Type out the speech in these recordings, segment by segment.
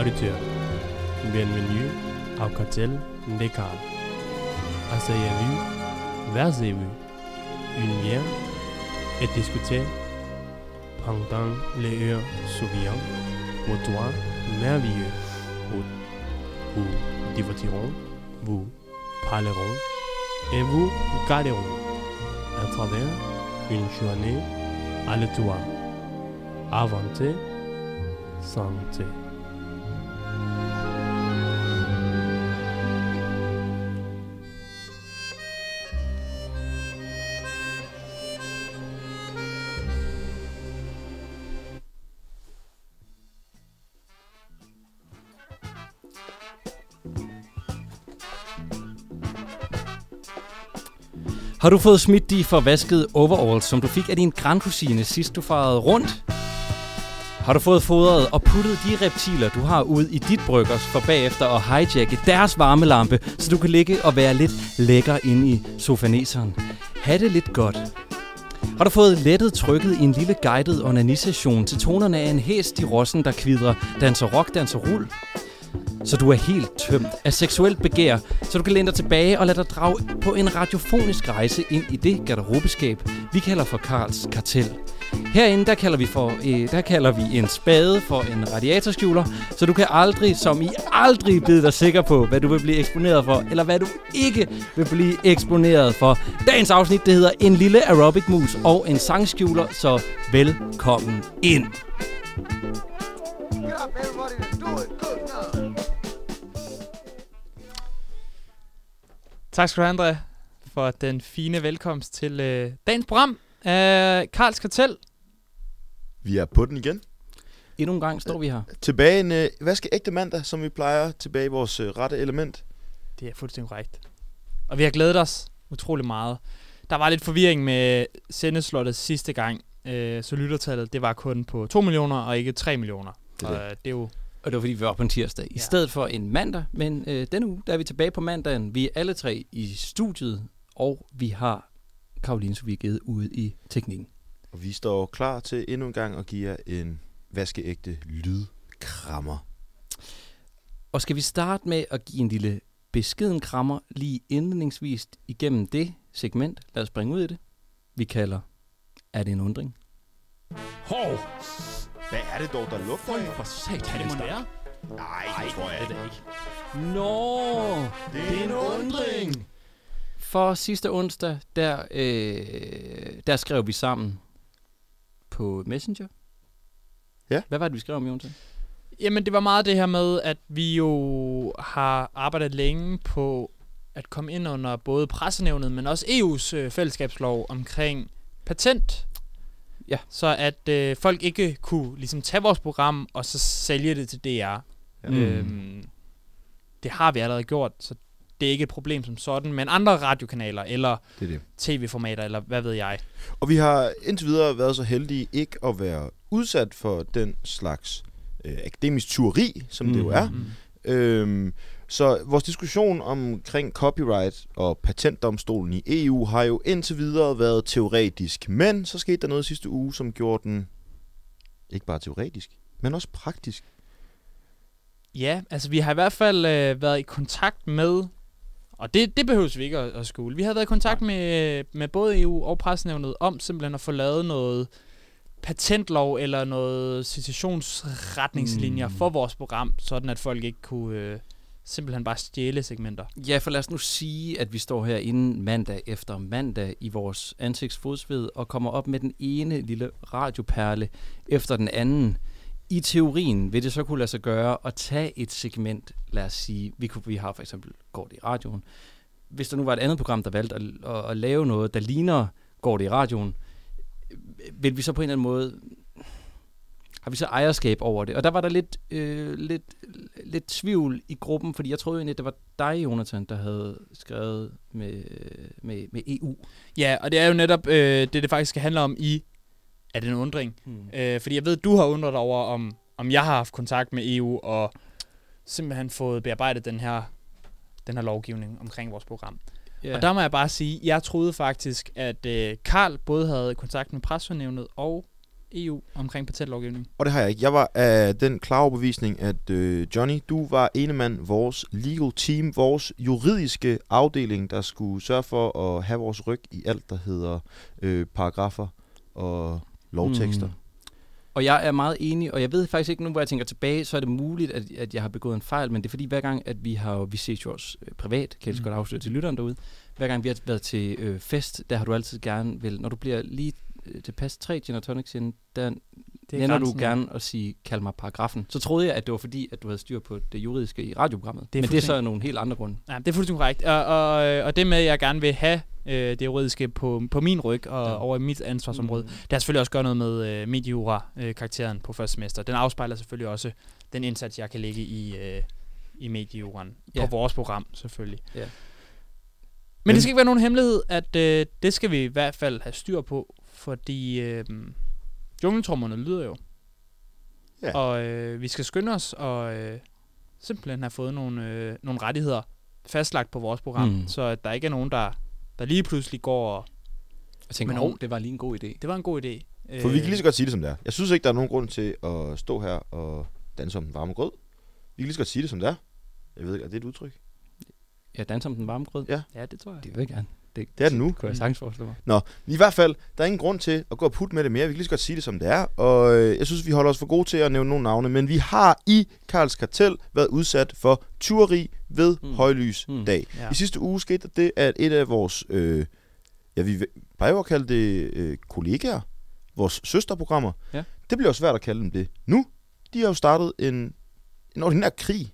auditeurs, bienvenue au cartel des Carl. Asseyez-vous, versez-vous, une bière et discutez pendant les heures souriantes au toit merveilleux où vous divertirons, vous parlerons et vous garderons à travers une journée aléatoire. Avanté, santé. Har du fået smidt de forvaskede overalls, som du fik af din grandkusine sidst du farede rundt? Har du fået fodret og puttet de reptiler, du har ude i dit bryggers, for bagefter at hijacke deres varmelampe, så du kan ligge og være lidt lækker inde i sofaneseren? Ha' det lidt godt. Har du fået lettet trykket i en lille guided onanisation til tonerne af en hest i rossen, der kvidrer danser rock, danser rull? Så du er helt tømt af seksuelt begær, så du kan læne dig tilbage og lade dig drage på en radiofonisk rejse ind i det garderobeskab, vi kalder for Carls Kartel. Herinde, der kalder vi en spade for en radiatorskjuler, så du kan aldrig bide dig sikker på, hvad du vil blive eksponeret for, eller hvad du ikke vil blive eksponeret for. Dagens afsnit, det hedder En lille aerobic mus og en sangskjuler, så velkommen ind. Tak skal du have, André, for den fine velkomst til dagens program af Carls Kartel. Vi er på den igen. Endnu en gang står vi her. Tilbage en vaskeægte mandag, som vi plejer. Tilbage i vores rette element. Det er fuldstændig korrekt. Og vi har glædet os utrolig meget. Der var lidt forvirring med sendeslottet sidste gang. Så lyttertallet, det var kun på 2 millioner og ikke 3 millioner. Det er jo... Og det var fordi, vi var på en tirsdag i stedet for en mandag. Men denne uge, der er vi tilbage på mandagen. Vi er alle tre i studiet, og vi har Karoline Sofie Gede ude i teknikken. Og vi står klar til endnu en gang at give jer en vaskeægte lydkrammer. Og skal vi starte med at give en lille beskeden krammer lige indledningsvis igennem det segment. Lad os springe ud i det. Vi kalder, er det en undring? Hov! Hvad er det dog, der lugter af? For satan, det må være. Nej, det tror jeg ikke. Nå, det er en undring. For sidste onsdag, der skrev vi sammen på Messenger. Ja. Hvad var det, vi skrev om, Jonathan? Jamen, det var meget det her med, at vi jo har arbejdet længe på at komme ind under både pressenævnet, men også EU's fællesskabslov omkring patent. Ja. Så at folk ikke kunne ligesom tage vores program og så sælge det til DR. Ja. Det har vi allerede gjort, så det er ikke et problem som sådan, men andre radiokanaler eller tv-formater, eller hvad ved jeg. Og vi har indtil videre været så heldige ikke at være udsat for den slags akademisk tyveri, som det jo er. Så vores diskussion omkring copyright og patentdomstolen i EU har jo indtil videre været teoretisk. Men så skete der noget sidste uge, som gjorde den ikke bare teoretisk, men også praktisk. Ja, altså vi har i hvert fald været i kontakt med, og det behøves vi ikke at skole. Vi har været i kontakt med både EU og pressenævnet om simpelthen at få lavet noget patentlov eller noget citationsretningslinjer for vores program, sådan at folk ikke kunne simpelthen bare stjæle segmenter. Ja, for lad os nu sige, at vi står her inden mandag efter mandag i vores ansigtsfodsved og kommer op med den ene lille radioperle efter den anden. I teorien vil det så kunne lade sig gøre at tage et segment, lad os sige, vi har for eksempel Går det i radioen. Hvis der nu var et andet program, der valgte at lave noget, der ligner Går det i radioen, vil vi så på en eller anden måde, har vi så ejerskab over det? Og der var der lidt tvivl i gruppen, fordi jeg troede egentlig, at det var dig, Jonathan, der havde skrevet med EU. Ja, og det er jo netop det faktisk skal handle om i Er det en undring? Fordi jeg ved, du har undret over, om jeg har haft kontakt med EU og simpelthen fået bearbejdet den her lovgivning omkring vores program. Yeah. Og der må jeg bare sige, jeg troede faktisk, at Carl både havde kontakt med pressenævnet og EU omkring patentlovgivning? Og det har jeg ikke. Jeg var af den klare overbevisning, at Johnny, du var enemand vores legal team, vores juridiske afdeling, der skulle sørge for at have vores ryg i alt, der hedder paragrafer og lovtekster. Og jeg er meget enig, og jeg ved faktisk ikke nu, hvor jeg tænker tilbage, så er det muligt, at jeg har begået en fejl, men det er fordi hver gang, at vi ses jo også privat, kan jeg godt afsløre til lytteren derude, hver gang vi har været til fest, der har du altid gerne vel, når du bliver lige tilpas 3 gin og tonics ind, der ender du gerne at sige, kald mig paragrafen. Så troede jeg, at det var fordi, at du havde styr på det juridiske i radioprogrammet. Men det er så nogle helt andre grunde. Ja, det er fuldstændig korrekt. Og det med, at jeg gerne vil have det juridiske på min ryg og over i mit ansvarsområde, det har selvfølgelig også gør noget med mediejura-karakteren på første semester. Den afspejler selvfølgelig også den indsats, jeg kan lægge i mediejuren på vores program, selvfølgelig. Ja. Men det skal ikke være nogen hemmelighed, at det skal vi i hvert fald have styr på, fordi jungletrommerne lyder jo. Ja. Og vi skal skynde os og simpelthen have fået nogle rettigheder fastlagt på vores program, så at der ikke er nogen, der lige pludselig går og tænker, det var lige en god idé. Det var en god idé. For vi kan lige så godt sige det, som det er. Jeg synes ikke, der er nogen grund til at stå her og danse om den varme grød. Vi kan lige så godt sige det, som det er. Jeg ved ikke, er det et udtryk? Ja, danse om den varme grød? Ja, det tror jeg. Det vil jeg gerne. Det er det nu. Kunne jeg sagtens forestille mig. Nå, i hvert fald, der er ingen grund til at gå og putte med det mere. Vi kan lige så godt sige det, som det er. Og jeg synes, vi holder os for gode til at nævne nogle navne. Men vi har i Karls Kartel været udsat for tyveri ved højlys dag. Ja. I sidste uge skete det, at et af vores, vi plejer at kalde det kollegaer, vores søsterprogrammer, det bliver jo svært at kalde dem det nu. De har jo startet en ordinær krig.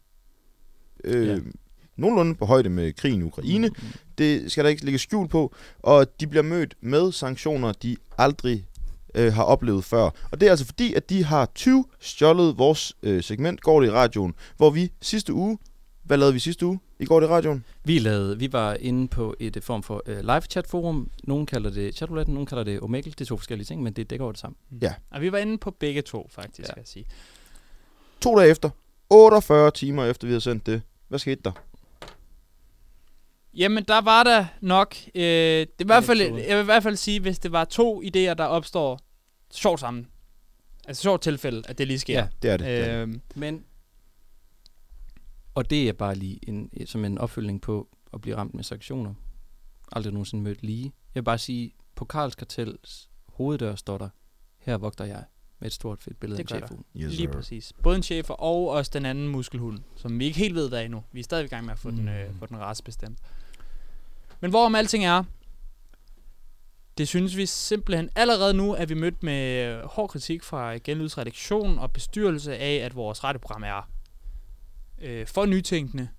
Nogenlunde på højde med krigen i Ukraine. Det skal der ikke ligge skjul på. Og de bliver mødt med sanktioner, de aldrig har oplevet før. Og det er altså fordi, at de har stjålet vores segment, Går det i radioen, hvor vi sidste uge, hvad lavede vi sidste uge i Går det i radioen? Vi var inde på et form for live chat forum. Nogen kalder det chatrouletten, nogen kalder det Omegle. Det er 2 forskellige ting, men det dækker over det samme. Ja. Og vi var inde på begge to, faktisk, skal jeg sige. 2 dage efter, 48 timer efter vi havde sendt det. Hvad skete der? Jamen, der var der nok, jeg vil i hvert fald sige, hvis det var 2 idéer, der opstår sjovt sammen. Altså sjovt tilfælde, at det lige sker. Ja, det er det. Men, og det er bare lige som en opfølgning på at blive ramt med sanktioner. Aldrig nogensinde mødt lige. Jeg vil bare sige, på Karls Kartels hoveddør står der, her vogter jeg, med et stort fedt billede af en schæferhund. Yes, lige præcis. Både en schæfer og også den anden muskelhund, som vi ikke helt ved, hvad er endnu. Vi er stadig i gang med at få den racebestemt. Men hvorom alting er, det synes vi simpelthen allerede nu, at vi mødt med hård kritik fra Genlyds redaktion og bestyrelse af, at vores radioprogram er for nytænkende,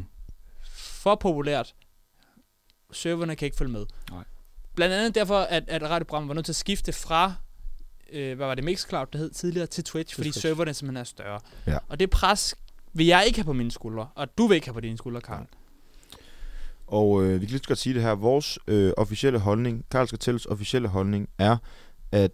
for populært. Serverne kan ikke følge med. Nej. Blandt andet derfor, at radioprogrammet var nødt til at skifte fra hvad var det, Mixcloud, der hed tidligere, til Twitch, fordi serverne simpelthen er større. Ja. Og det pres vil jeg ikke have på mine skuldre, og du vil ikke have på dine skuldre, Karl. Og vi kan lige godt sige det her. Vores officielle holdning, Karls Kartels officielle holdning, er, at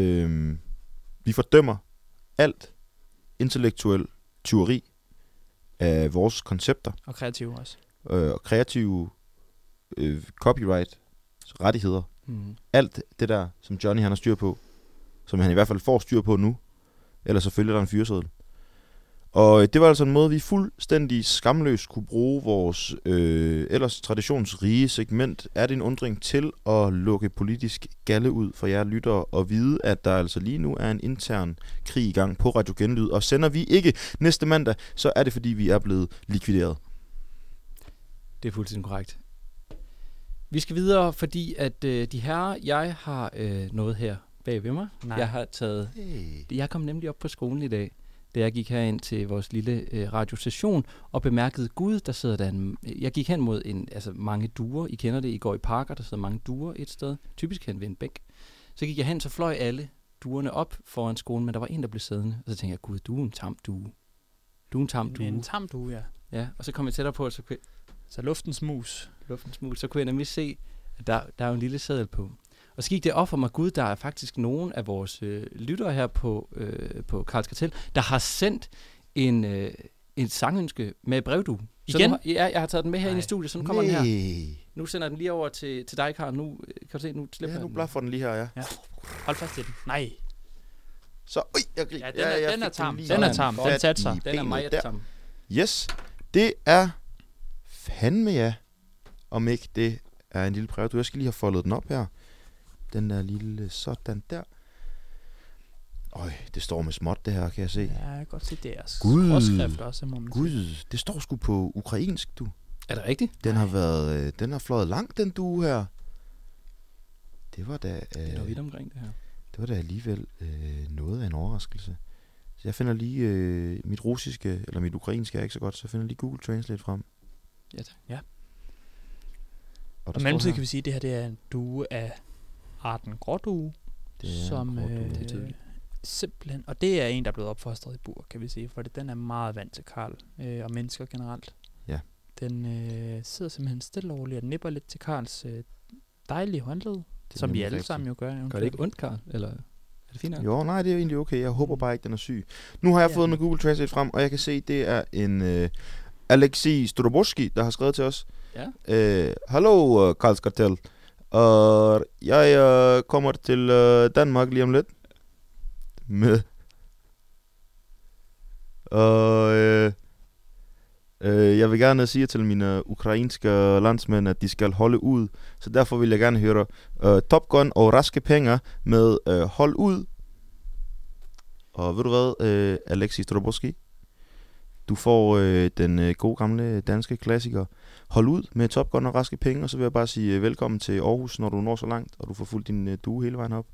vi fordømmer alt intellektuel tyveri af vores koncepter. Og kreative også. Og kreative copyright rettigheder. Alt det der, som Johnny han har styr på, som han i hvert fald får styr på nu, eller selvfølgelig er der en fyreseddel. Og det var altså en måde, vi fuldstændig skamløst kunne bruge vores ellers traditionsrige segment. Er det en undring til at lukke politisk galle ud for jer lyttere og vide, at der altså lige nu er en intern krig i gang på Radio Genlyd, og sender vi ikke næste mandag, så er det fordi, vi er blevet likvideret. Det er fuldstændig korrekt. Vi skal videre, fordi at de herrer, jeg har noget her bag ved mig. Nej. Jeg kom nemlig op på skolen i dag, da jeg gik herind til vores lille radiostation og bemærkede, Gud, der sidder der jeg gik hen mod mange duer. I kender det, I går i parker, der sidder mange duer et sted. Typisk hen ved en bænk. Så gik jeg hen, så fløj alle duerne op foran skolen, men der var en, der blev siddende. Og så tænkte jeg, Gud, du er en tam due. Du er en tam due. En tam due, ja. Ja, og så kom jeg tættere på, så luftens mus. Så kunne jeg nemlig se, at der er jo en lille seddel på. Og så gik det op for mig, Gud, der er faktisk nogen af vores lyttere her på Karls Kartel, der har sendt en sangønske med brevdue. Igen? Jeg har taget den med her ind i studiet, så nu kommer den her. Nu sender den lige over til dig, Karl. Nu kan du se, nu slipper nu blaffer den lige her, ja. Hold fast i den. Nej. Så, jeg griner. Ja, den er tam. Den er tam. Den satte sig. Den er meget tam. Yes, det er fandme ja. Om ikke det er en lille prøve. Jeg skal lige have foldet den op her. Den der lille sådan der. Øj, det står med småt det her, kan jeg se. Ja, jeg kan godt se, det er Gud. også, må man Gud, det står sgu på ukrainsk, du. Er det rigtigt? Den har fløjet langt, den due her. Det var da... Det er vidt omkring det her. Det var da alligevel noget af en overraskelse. Så jeg finder lige mit russiske, eller mit ukrainske er ikke så godt, så jeg finder lige Google Translate frem. Ja, tak. Ja. Og Og mellemtid kan vi sige, at det her det er en due af arten grådue, som simpelthen, og det er en, der er blevet opfostret i bur, kan vi sige, for den er meget vant til Karl og mennesker generelt. Ja. Den sidder simpelthen stille og roligt og nipper lidt til Karls dejlige håndled, som vi alle sammen jo gør. Gør det ikke ondt, Karl? Eller er det fint? Jo, nej, det er egentlig okay. Jeg håber bare ikke, den er syg. Nu har jeg fået med Google Translate frem, og jeg kan se, det er en Alexei Stroboski, der har skrevet til os. Ja. Hallo, Karls Kartel. Jeg kommer til Danmark lige om lidt. Med. Jeg vil gerne sige til mine ukrainske landsmænd, at de skal holde ud. Så derfor vil jeg gerne høre Top Gun og Raske Penge med Hold Ud. Og ved du hvad, Alexei Stroboski? Du får den gode gamle danske klassiker Hold Ud med Top Gun og Raske Penge. Og så vil jeg bare sige velkommen til Aarhus, når du når så langt, og du får fulgt din due hele vejen op.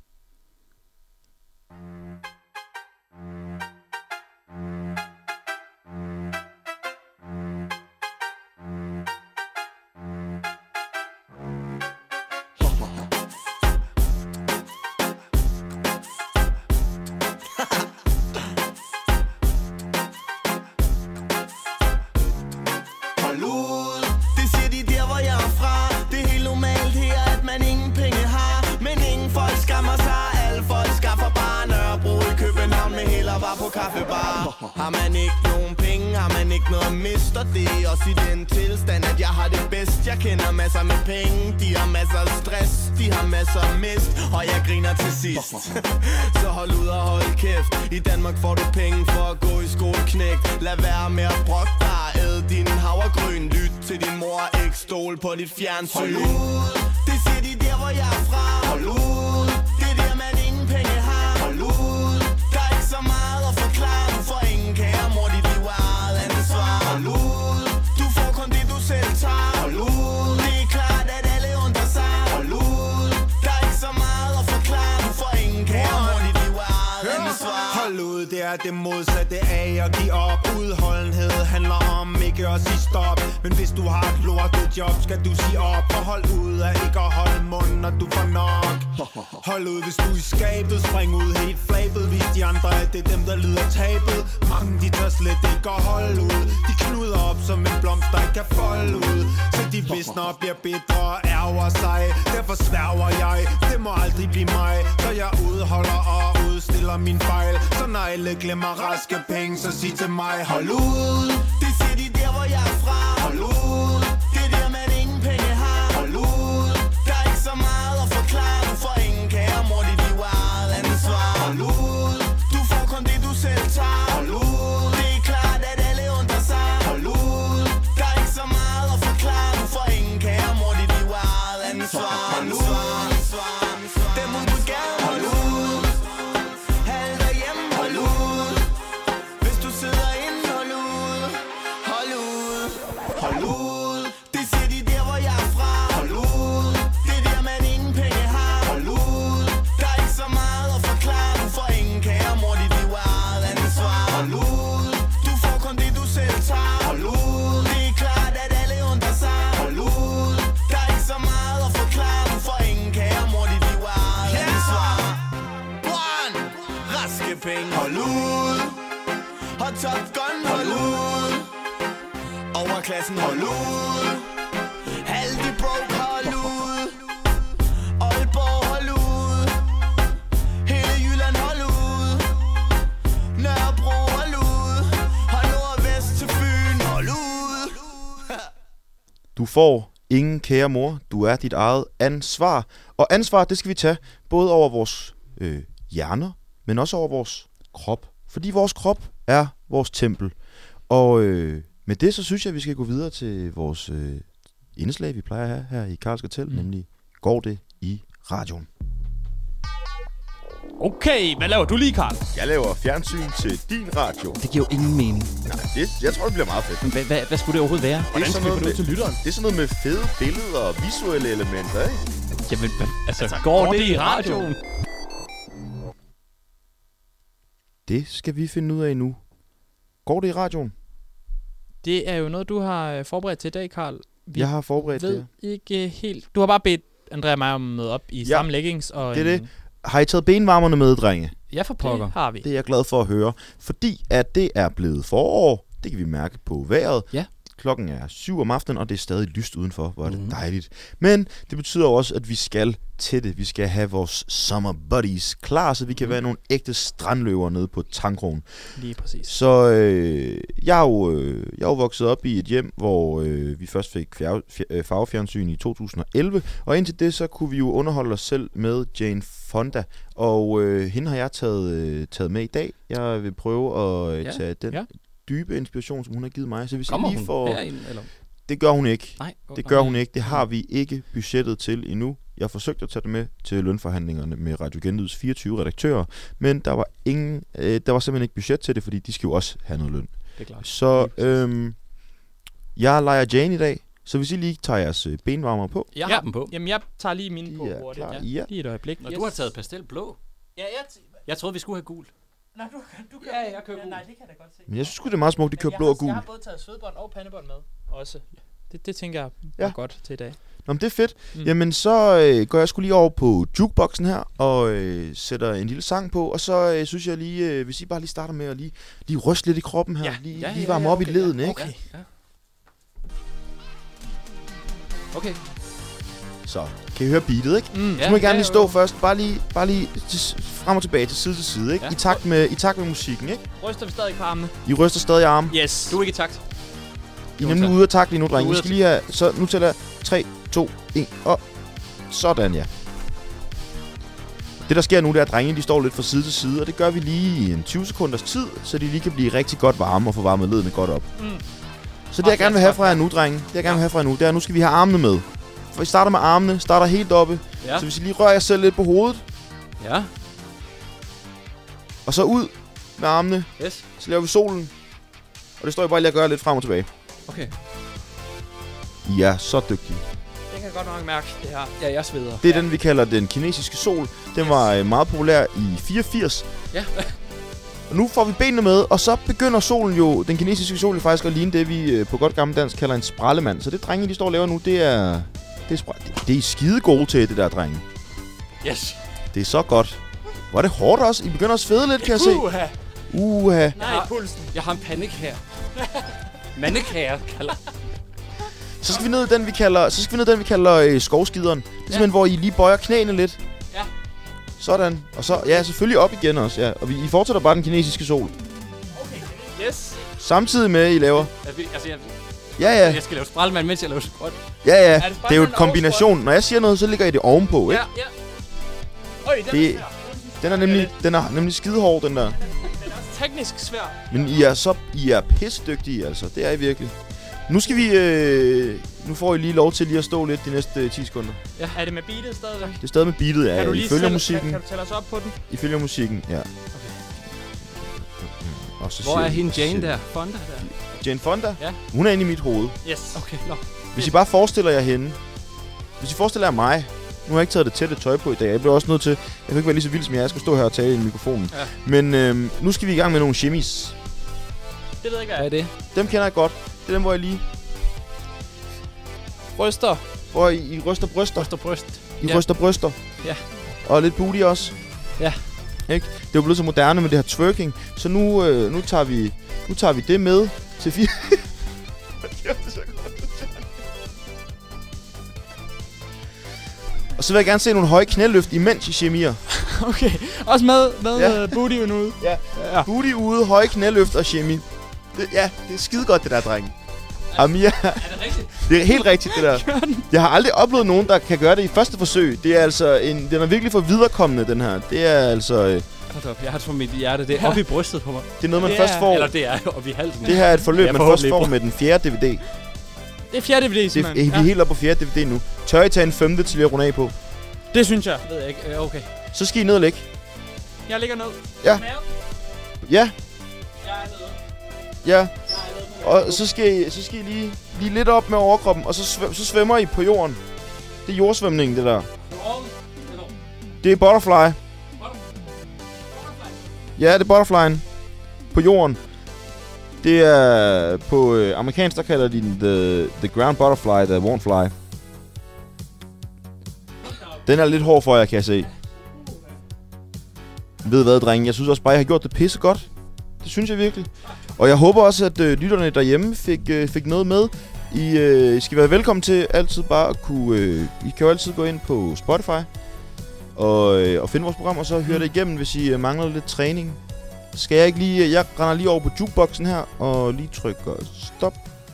Har man ikke nogen penge, har man ikke noget at miste. Og det er også i den tilstand, at jeg har det bedst. Jeg kender masser med penge, de har masser af stress, de har masser af mist, og jeg griner til sidst. Så hold ud og hold kæft. I Danmark får du penge for at gå i skoleknægt. Lad være med at brokke dig, æd din havregryn. Lyt til din mor, ikke stol på dit fjernsyn. Hold ud, det siger de der hvor jeg er fra. Hold ud, det er der man ingen penge har. Hold ud, der er ikke så meget at forklare. Du får ingen kære mor, dit liv er eget ansvar. Hold ud, du får kun det du selv tager. Hold ud, det er klart at alle undrer sig. Hold ud, der er ikke så meget at forklare. Du får ingen kære mor, dit liv er eget ansvar. Hold ud, det er det modsatte af at give op. Udholdenhed handler om ikke at sige stop. Men hvis du har et lortet job, skal du sige op. Og hold ud af ikke at holde mund, når du får nok. Hold ud, hvis du er i skabet, spring ud helt flabet. Vis de andre, at det er dem, der lider tabet. Mange de tør slet ikke at holde ud. De knuder op som en blomst, der ikke kan folde ud. Så de visner og bliver bedre og ærger sig. Derfor sværger jeg, det må aldrig blive mig. Så jeg udholder og udstiller min fejl. Så når alle glemmer raske penge, så sig til mig, hold ud. Det siger de der, hvor jeg er fra. Hold ud, det er der, man ingen penge har. Hold ud, der er ikke så meget at forklare. Du får ingen kære mor, dit liv er eget ansvar. Hold ud, du får kun det du selv tager. Hold ud, det er klart at alle undrer sig. Hold ud, der er ikke så meget at forklare. Du får ingen kære mor, dit liv er eget ansvar. Hold ud, dem ud på gaden. Hold ud, halv derhjemme. Hold ud, hvis du sidder inde. Hold ud, hold ud, hold ud. Det siger de der, hvor jeg er fra. Hold ud, det er der, man ingen penge har. Hold ud, der er ikke så meget at forklare. Du får ingen kære mor, dit liv er eget ansvar. Hold ud, du får kun det du selv tager. Hold ud, det er klart at alle undrer sig. Hold ud, der er ikke så meget at forklare. Du får ingen kære mor, dit liv er eget ansvar. One, raske penge. Hold ud, og Top Gun. Hold ud, overklassen. Hold ud, halv de broke. Hold ud, Aalborg. Hold ud, hele Jylland. Hold ud, Nørrebro. Hold ud, og nordvest til Fyn. Hold ud. Du får ingen kære mor. Du er dit eget ansvar. Og ansvar, det skal vi tage både over vores hjerner, men også over vores krop. Fordi vores krop er vores tempel. Og med det, så synes jeg, at vi skal gå videre til vores indslag, vi plejer at have her i Karls Kartel, nemlig Går det i radioen? Okay, hvad laver du lige, Karl? Jeg laver fjernsyn til din radio. Det giver jo ingen mening. Nej, jeg tror, det bliver meget fedt. Men hvad skulle det overhovedet være? Hvordan skal vi få det ud til lytteren? Det er sådan noget med fede billeder og visuelle elementer, ikke? Jamen, altså går det i radioen? Det skal vi finde ud af nu. Går det i radioen? Det er jo noget, du har forberedt til i dag, Karl. Vi Jeg har forberedt det. ved ikke helt... Du har bare bedt Andrea og mig om at møde op i samme leggings. Og Det er det. Har I taget benvarmerne med, drenge? Ja, for pokker. Det har vi. Det er jeg glad for at høre. Fordi at det er blevet forår. Det kan vi mærke på vejret. Ja. Klokken er 7 om aftenen, og det er stadig lyst udenfor. Hvor er det dejligt. Men det betyder også, at vi skal til det. Vi skal have vores summer buddies klar, så vi kan være nogle ægte strandløver nede på Tangkrogen. Lige præcis. Så jeg er jo vokset op i et hjem, hvor vi først fik farvefjernsyn i 2011. Og indtil det, så kunne vi jo underholde os selv med Jane Fonda. Og hende har jeg taget med i dag. Jeg vil prøve at tage den dybe inspiration, som hun har givet mig. Så hvis Kommer lige hun får... herind, eller? Det gør hun ikke. Nej. Det gør hun ikke. Det har vi ikke budgettet til endnu. Jeg har forsøgt at tage det med til lønforhandlingerne med Radio Genlyds 24 redaktører, men der var simpelthen ikke budget til det, fordi de skal jo også have noget løn. Det er klart. Så jeg leger Jane i dag, så hvis I lige tager jeres benvarmer på. Jeg har dem på. Jamen, jeg tager lige mine på hurtigt. Klar. Ja. Ja. Lige et øjeblik. Og du har taget pastelblå. Ja, Jeg troede, vi skulle have gul. Nej, du kan... Ja, jeg kører gul. Nej, det kan jeg da godt se. Men jeg synes sgu, det er meget smukt, de kører blå og gul. Jeg har både taget svedbånd og pandebånd med også. Det tænker jeg er godt til i dag. Nå, men det er fedt. Jamen, så går jeg sgu lige over på jukeboxen her og sætter en lille sang på. Og så synes jeg lige, hvis I bare lige starter med at lige ryste lidt i kroppen her. Lige varme op i leden, ikke? Okay. Ja. Okay. Så kan I høre beatet, ikke? Så må I gerne lige stå først. Bare lige frem og tilbage til side, ikke? Ja. I takt med musikken, ikke? Ryster vi stadig på armene? I ryster stadig armen. Yes. Du er ikke i takt. I er nemlig ude af takt lige nu, drenge. Vi skal lige have... Så nu tæller jeg 3, 2, 1 og... Sådan, ja. Det, der sker nu, det er, at drengene de står lidt fra side til side, og det gør vi lige i en 20 sekunders tid, så de lige kan blive rigtig godt varme og få varmet ledene godt op. Så det, jeg gerne vil have fra jer nu, drenge, det er, at nu skal vi have armene med. For I starter med armene, starter helt oppe. Ja. Så hvis I lige rører jer selv lidt på hovedet, Ja. og så ud med armene, Yes. så laver vi solen. Og det står I bare lige at gøre lidt frem og tilbage. Okay. I er så dygtige. Det kan jeg godt nok mærke, det her. Ja, jeg sveder. Det er den, vi kalder den kinesiske sol. Den var meget populær i 84. Ja. Og nu får vi benene med, og så begynder solen jo, den kinesiske sol jo faktisk at ligne det, vi på godt gammeldansk kalder en sprallemand. Så det drenge, de står og laver nu, det er I skide gode til, det der, drenge. Yes. Det er så godt. Hvor er det hårdt også. I begynder at svede lidt, kan jeg se. Uha. Nej, pulsen. Jeg har en panik her. Mandekager kalder. Så skal vi ned i den, vi kalder skovskideren. Det er simpelthen, hvor I lige bøjer knæene lidt. Ja. Sådan. Og så, ja, selvfølgelig op igen også, ja. Og I fortsætter bare den kinesiske sol. Okay, yes. Samtidig med, at I laver... Altså, Ja. jeg skal lave sprallemand, mens jeg laver squat. Ja. det Det er jo en kombination. Når jeg siger noget, så ligger I det ovenpå, ikke? Ja. Øj, den Den er nemlig skidehård, den der. er også teknisk svær. Men I er pissedygtige, altså. Det er I virkelig. Nu skal vi... nu får I lige lov til lige at stå lidt de næste 10 sekunder. Ja. Er det med beatet stadigvæk? Det er stadig med beatet, ja. Kan du lige I følger kan musikken. du tælle os op på den? I følger musikken, ja. Okay. Og så Hvor siger er I- hende Jane siger- der? Fonda der? Jane Fonda? Ja. Hun er inde i mit hoved. Yes. Okay, nå. Hvis I bare forestiller jer hende. Hvis I forestiller jer mig. Nu har jeg ikke taget det tætte tøj på i dag. Jeg bliver også nødt til... Jeg kan ikke være lige så vild som jeg skal stå her og tale i mikrofonen. Ja. Men nu skal vi i gang med nogle shimmies. Det ved jeg ikke, Hvad er det? Dem kender jeg godt. Det er dem, hvor jeg lige... Bryster. Hvor I ryster bryster. Bryst og bryst. I ryster bryster. Ja. Og lidt booty også. Ja. Ikke? Det er jo blevet så moderne med det her twerking. Så nu tager vi det med til 4... Og så vil jeg gerne se nogle høje knæløft imens I shimmier. Okay. Også med bootyen ude. Ja. Booty ude, høje knæløft og shimmy. Det er skide godt, det der, dreng. Amia, Er det rigtigt? det er helt rigtigt, det der. Jeg har aldrig oplevet nogen, der kan gøre det i første forsøg. Det er altså den er virkelig for viderekommende, den her. Det er altså... hold da op. Jeg har så mit hjerte, det er oppe i brystet på mig. Det er noget, man først får. Eller det er oppe i halsen. Det her er et forløb, Ja, man først forhåbentlig. får med den 4. DVD. Det er 4. DVD, Vi simpelthen. er helt oppe på 4. DVD nu. Tør I tage en 5. til at runde af på? Det synes jeg. Ved jeg ikke. Okay. Så skal I ned og ligge. Jeg ligger ned. Ja. Mave. Ja, Jeg er nede. ja. Jeg er nede på Og så skal I lige lidt op med overkroppen, og så svømmer I på jorden. Det er jordsvømning, det der. Det er butterfly. Ja, det er butterflyen. På jorden. Det er på amerikansk, der kalder de den the ground butterfly, the won't fly. Den er lidt hård for jer, kan jeg se. Ved hvad, drenge? Jeg synes også bare, jeg har gjort det pisse godt. Det synes jeg virkelig. Og jeg håber også, at lytterne derhjemme fik noget med. I skal være velkommen til altid bare at kunne... I kan jo altid gå ind på Spotify og finde vores program, og så høre det igennem, hvis I mangler lidt træning. Skal jeg ikke lige... Jeg render lige over på jukeboxen her, og lige trykker stop.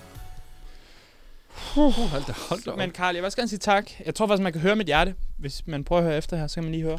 Hold da op. Men Carl, jeg vil også gerne sige tak. Jeg tror faktisk, man kan høre mit hjerte. Hvis man prøver at høre efter her, så kan man lige høre.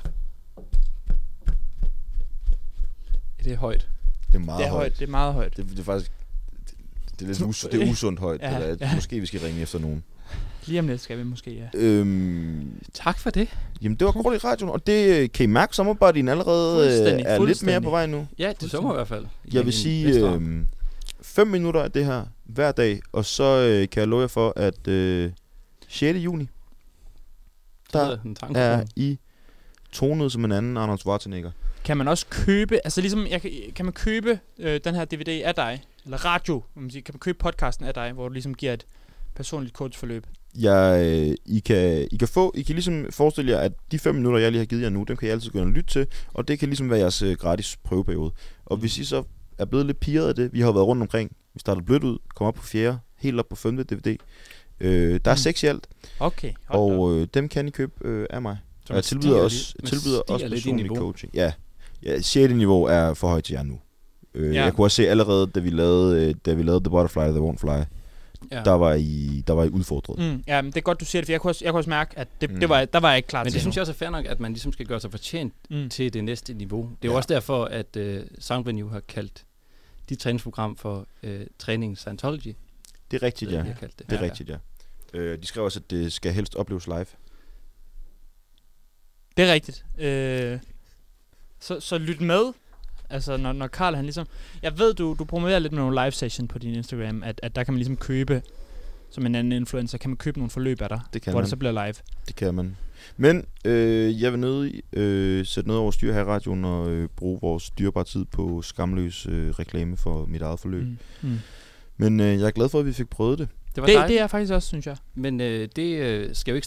Det er højt. Det er meget Det er højt. Det er meget højt. Det er faktisk... Det er lidt det er usundt højt. Ja, Det der. ja. Måske vi skal ringe efter nogen. Lige om lidt skal vi måske, ja. Tak for det. Jamen, det var kort i radioen, og det kan I mærke, samarbejdet allerede er lidt mere Fuldstændig. på vej nu. Ja, det så mig i hvert fald. Jeg vil sige 5 minutter af det her hver dag, og så kan jeg love jer for, at 6. juni, der er I tonet som en anden Arnold Schwarzenegger. Kan man også købe, altså ligesom, kan man købe den her DVD af dig, eller radio, kan man købe podcasten af dig, hvor du ligesom giver et personligt coachforløb? I kan ligesom forestille jer, at de 5 minutter, jeg lige har givet jer nu, dem kan I altid gå ind og lytte til, og det kan ligesom være jeres gratis prøveperiode. Og hvis I så er blevet lidt pirret af det, vi har jo været rundt omkring, vi startede blødt ud, kom op på 4., helt op på 5. DVD. Der er 6 i alt, Okay. og dem kan I købe af mig. Og jeg tilbyder også personlig coaching. Ja, 6. niveau er for højt til jer nu. Jeg kunne også se allerede, da vi lavede The Butterfly, The Won't Fly, der var I udfordret. Ja, men det er godt, du siger det, for jeg kunne også mærke, at der var jeg ikke klar til. Men det synes jeg også er fair nok, at man ligesom skal gøre sig fortjent til det næste niveau. Det er jo også derfor, at Soundvenue har kaldt dit træningsprogram for Træning Scientology. Det er rigtigt, ja. Det er rigtigt, ja. De skrev også, at det skal helst opleves live. Det er rigtigt. Så lyt med. Altså, når Carl han ligesom... Jeg ved, du promoverer lidt med nogle live session på din Instagram, at der kan man ligesom købe, som en anden influencer, kan man købe nogle forløb af dig, hvor det så bliver live. Det kan man. Men jeg vil nødig sætte noget over styr her i radioen og bruge vores dyrebare tid på skamløs reklame for mit eget forløb. Men jeg er glad for, at vi fik prøvet det. Det er jeg faktisk også, synes jeg. Men det skal jo ikke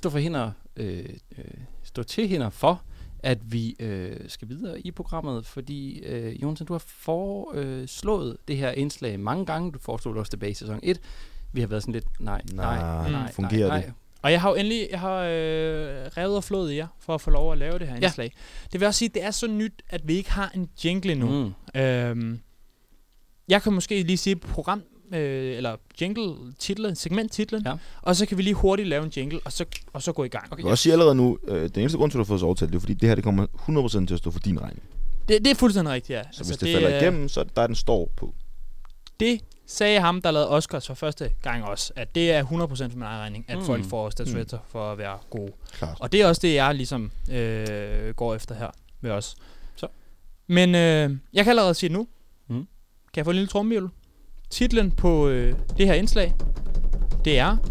stå til hinder for, at vi skal videre i programmet, fordi Jonsen, du har foreslået det her indslag mange gange. Du foreslog det også tilbage i sæson 1. Vi har været sådan lidt, nej, fungerer det? Og jeg har jo endelig revet og flået i jer, for at få lov at lave det her indslag. Det vil også sige, at det er så nyt, at vi ikke har en jingle endnu. Jeg kan måske lige sige program, eller jingle-titlen, segment-titlen, og så kan vi lige hurtigt lave en jingle, og så gå i gang. Okay, jeg vil også sige allerede nu, den eneste grund til, at du har fået så overtalt, det er fordi, det her det kommer 100% til at stå for din regning. Det er fuldstændig rigtigt, ja. Så hvis det falder igennem, så er det der, den står på. Det sagde ham, der lavede Oscars for første gang også, at det er 100% for min egen regning, at folk får statuetter for at være gode. Klart. Og det er også det, jeg ligesom går efter her med os. Så. Men jeg kan allerede sige det nu. Kan jeg få en lille trommehjul? Titlen på det her indslag, det er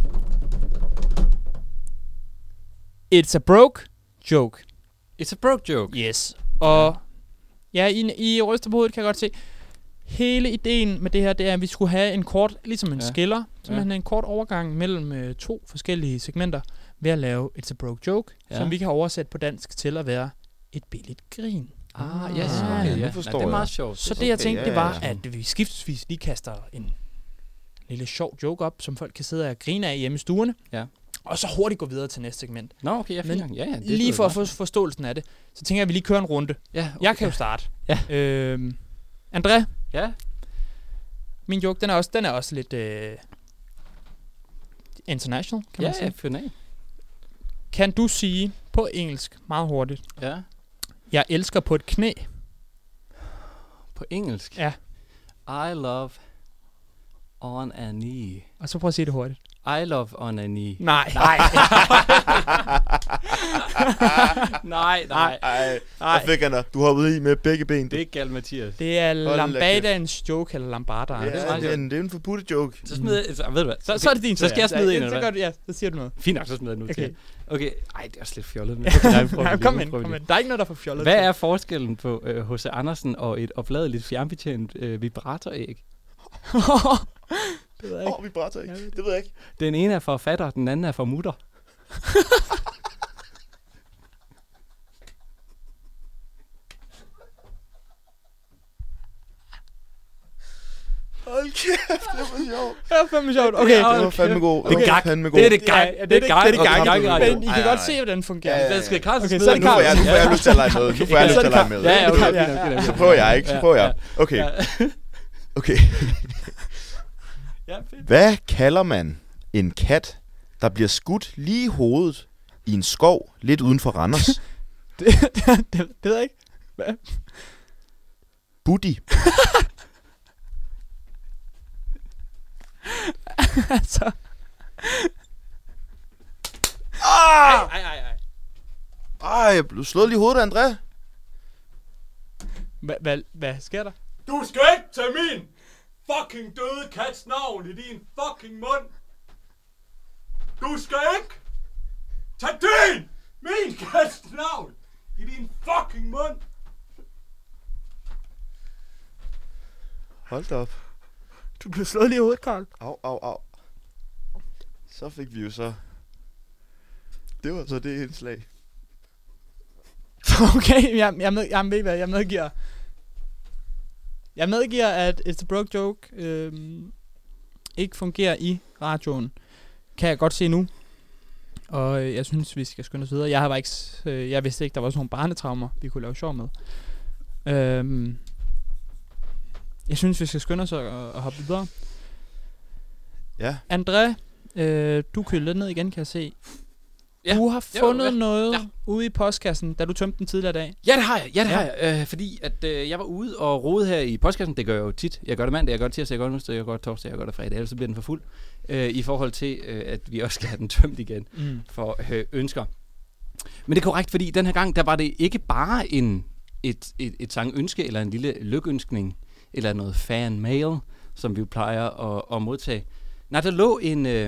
It's a broke joke. It's a broke joke. Yes. Og ja, I ryster på hovedet, kan jeg godt se. Hele ideen med det her, det er, at vi skulle have en kort, ligesom en skiller, simpelthen en kort overgang mellem 2 forskellige segmenter, ved at lave It's a broke joke, som vi kan oversætte på dansk til at være et billigt grin. Yes, okay, ja. Det er meget sjovt. Så det jeg tænkte, det var, at vi skiftesvis lige kaster en lille sjov joke op, som folk kan sidde og grine af hjemme i stuerne. Ja. Og så hurtigt gå videre til næste segment. Nå, okay, men lige for at få forståelsen af det, så tænker jeg, at vi lige kører en runde. Ja, okay. Jeg kan jo starte. Ja. André? Ja? Min joke, den er også lidt international, kan man sige. Ja, Kan du sige på engelsk meget hurtigt? Ja. Jeg elsker på et knæ. På engelsk? Ja. I love on a knee. Og så prøv at sige det hurtigt. I love on a knee. Nej. Nej. Ej, der fik han dig. Du hoppede i med begge ben. Det er ikke galt, Mathias. Det er Lambadaens joke, eller Lambada. Ja, det er en forbudte joke. Så smider jeg, ved du hvad? Så er det din Så skal jeg smide en, så eller gør du, ja, så siger du noget. Fint nok, så smider jeg nu Okay. til. Okay, ej, det er også lidt fjollet. Men Nej, kom ind. Der er ikke noget, der får fjollet. Hvad er forskellen på H.C. Andersen og et opladeligt fjernbetjent vibratoræg? Det ved jeg ikke. Vibrator ikke. Det ved jeg ikke. Den ene er for fatter, den anden er for mutter. Hold kæft, det var sjovt. Det var fandme sjovt. Okay. Det var fandme god. Det er gak. fandme god. Det er det gang. Ja, det er gang. Men I kan Ej, godt ej. se, hvordan den fungerer. Ja, Hvad skal Carlsen Okay, smide så er det nu? Carlsen. Nu får jeg lyst til at lege med. Nu får jeg lyst til at lege med. Ja, okay. Ja. Så prøver jeg, ikke? Så prøver jeg. Okay. Okay. Ja, fedt. Hvad kalder man en kat, der bliver skudt lige i hovedet i en skov lidt uden for Randers? Det ved jeg ikke. Hvad? Buddy. Altså. Ej, jeg blev slået lige i hovedet af André. Hvad sker der? Du skal ikke tage min fucking døde kats navn i din fucking mund. Du skal ikke tage min kats navn i din fucking mund. Hold da op. Du blev slået lige i hovedet, Carl. Au. Så fik vi jo så... Det var så det indslag. Okay, jeg medgiver. Jeg medgiver, at It's a Broke Joke ikke fungerer i radioen. Kan jeg godt se nu. Og jeg synes, vi skal skynde os videre. Jeg vidste ikke, der var sådan nogle barnetraumer, vi kunne lave sjov med. Jeg synes, vi skal skynde os og hoppe videre. Ja. André, du køler lidt ned igen, kan jeg se. Ja. Du har fundet noget ude i postkassen, da du tømte den tidligere dag. Ja, det har jeg. Fordi at jeg var ude og rode her i postkassen. Det gør jeg jo tit. Jeg gør det mandag, jeg gør det tirsdag, jeg gør det onsdag, jeg gør det torsdag, jeg gør det fredag. Ellers så bliver den for fuld. I forhold til, at vi også skal have den tømt igen for ønsker. Men det er korrekt, fordi den her gang, der var det ikke bare et sangønske eller en lille lykønskning eller noget fan-mail, som vi plejer at modtage. Nej, der lå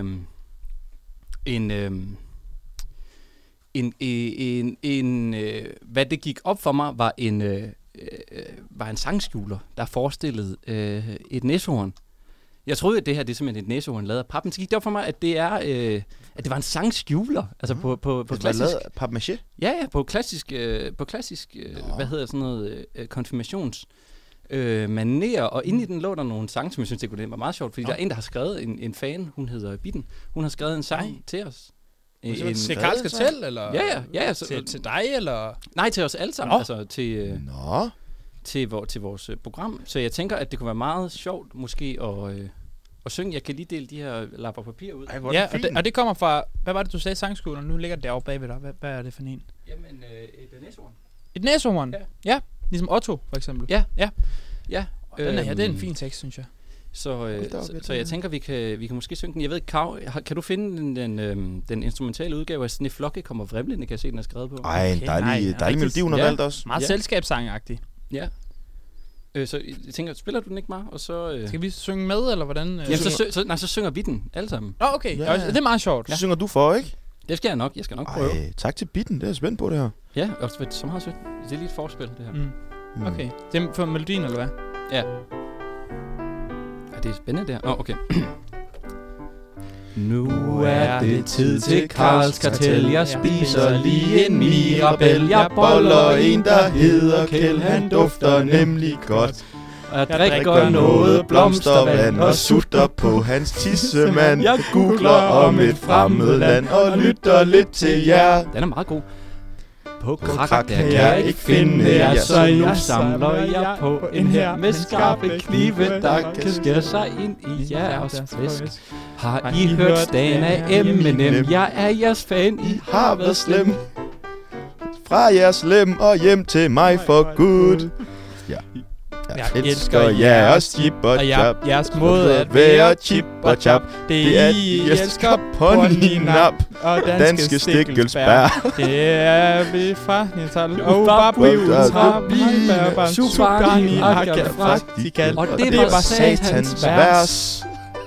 hvad det gik op for mig, var en sangskjuler, der forestillede et næsehorn. Jeg troede, at det her det er simpelthen et næsehorn lavet af pap, men så gik det op for mig, at det var en sangskjuler, altså på klassisk. Papmaché? Ja, på klassisk, hvad hedder sådan noget, konfirmations manér, og inde i den lå der nogle sange, som jeg synes, det var meget sjovt, fordi der er en, der har skrevet, en fan, hun hedder Bitten, hun har skrevet en sang til os. Til Carl Skatel, eller? Ja. Til dig, eller? Nej, til os alle sammen, altså til vores program. Så jeg tænker, at det kunne være meget sjovt, måske, at synge. Jeg kan lige dele de her lapper papir ud. Ej, Ja, og det kommer fra, hvad var det, du sagde, sangskolen? Nu ligger det derovre bagved dig. Hvad er det for en? Jamen, et næsehorn. Et næsehorn? Ja, ligesom Otto, for eksempel. Ja. Den er her, det er en fin tekst, synes jeg. Så jeg tænker, vi kan måske synge den. Jeg ved ikke, kan du finde den instrumentale udgave af Sneflokke kommer vrimlende, kan jeg se, den er skrevet på? Ej, en dejlig melodi, hun har valgt også. Meget selskabssangagtig. Ja. Så jeg tænker, spiller du den ikke meget? Og så, Skal vi synge med, eller hvordan? Jamen, så synger vi den alle sammen. Okay. Ja. Det er meget sjovt. Så synger du for, ikke? Det skal jeg nok. Jeg skal nok prøve. Ej, tak til Bitten. Det er jeg spændt på, det her. Ja, også for så meget sødt. Det er lige et forspil, det her. Okay. Det er for melodien, eller hvad? Ja. Det er spændende, det her. Okay. Nu er det tid til Carls Kartel. Jeg spiser lige en Mirabelle. Jeg boller en, der hedder Kjeld. Han dufter nemlig godt. Jeg drikker noget blomstervand og sutter på hans tissemand. Jeg googler om et fremmed land og lytter lidt til jer. Den er meget god. På krak, der kan jeg ikke finde jer, så nu samler jeg på en her med skarpe knive, der kan skære sig ind i jeres fisk. Har I hørt Stana Eminem? Jeg er jeres fan, I har været slem. Fra jeres lem og hjem til mig for good. Ja. Jeg elsker jeres chip og chap. Jeres måde at være chip og chap. Det er, I elsker Pony-nap og danske stikkelsbær. Det er vi fra Nital og Babu Ultra. Superni Akka Praktikal. Og det var satans vers.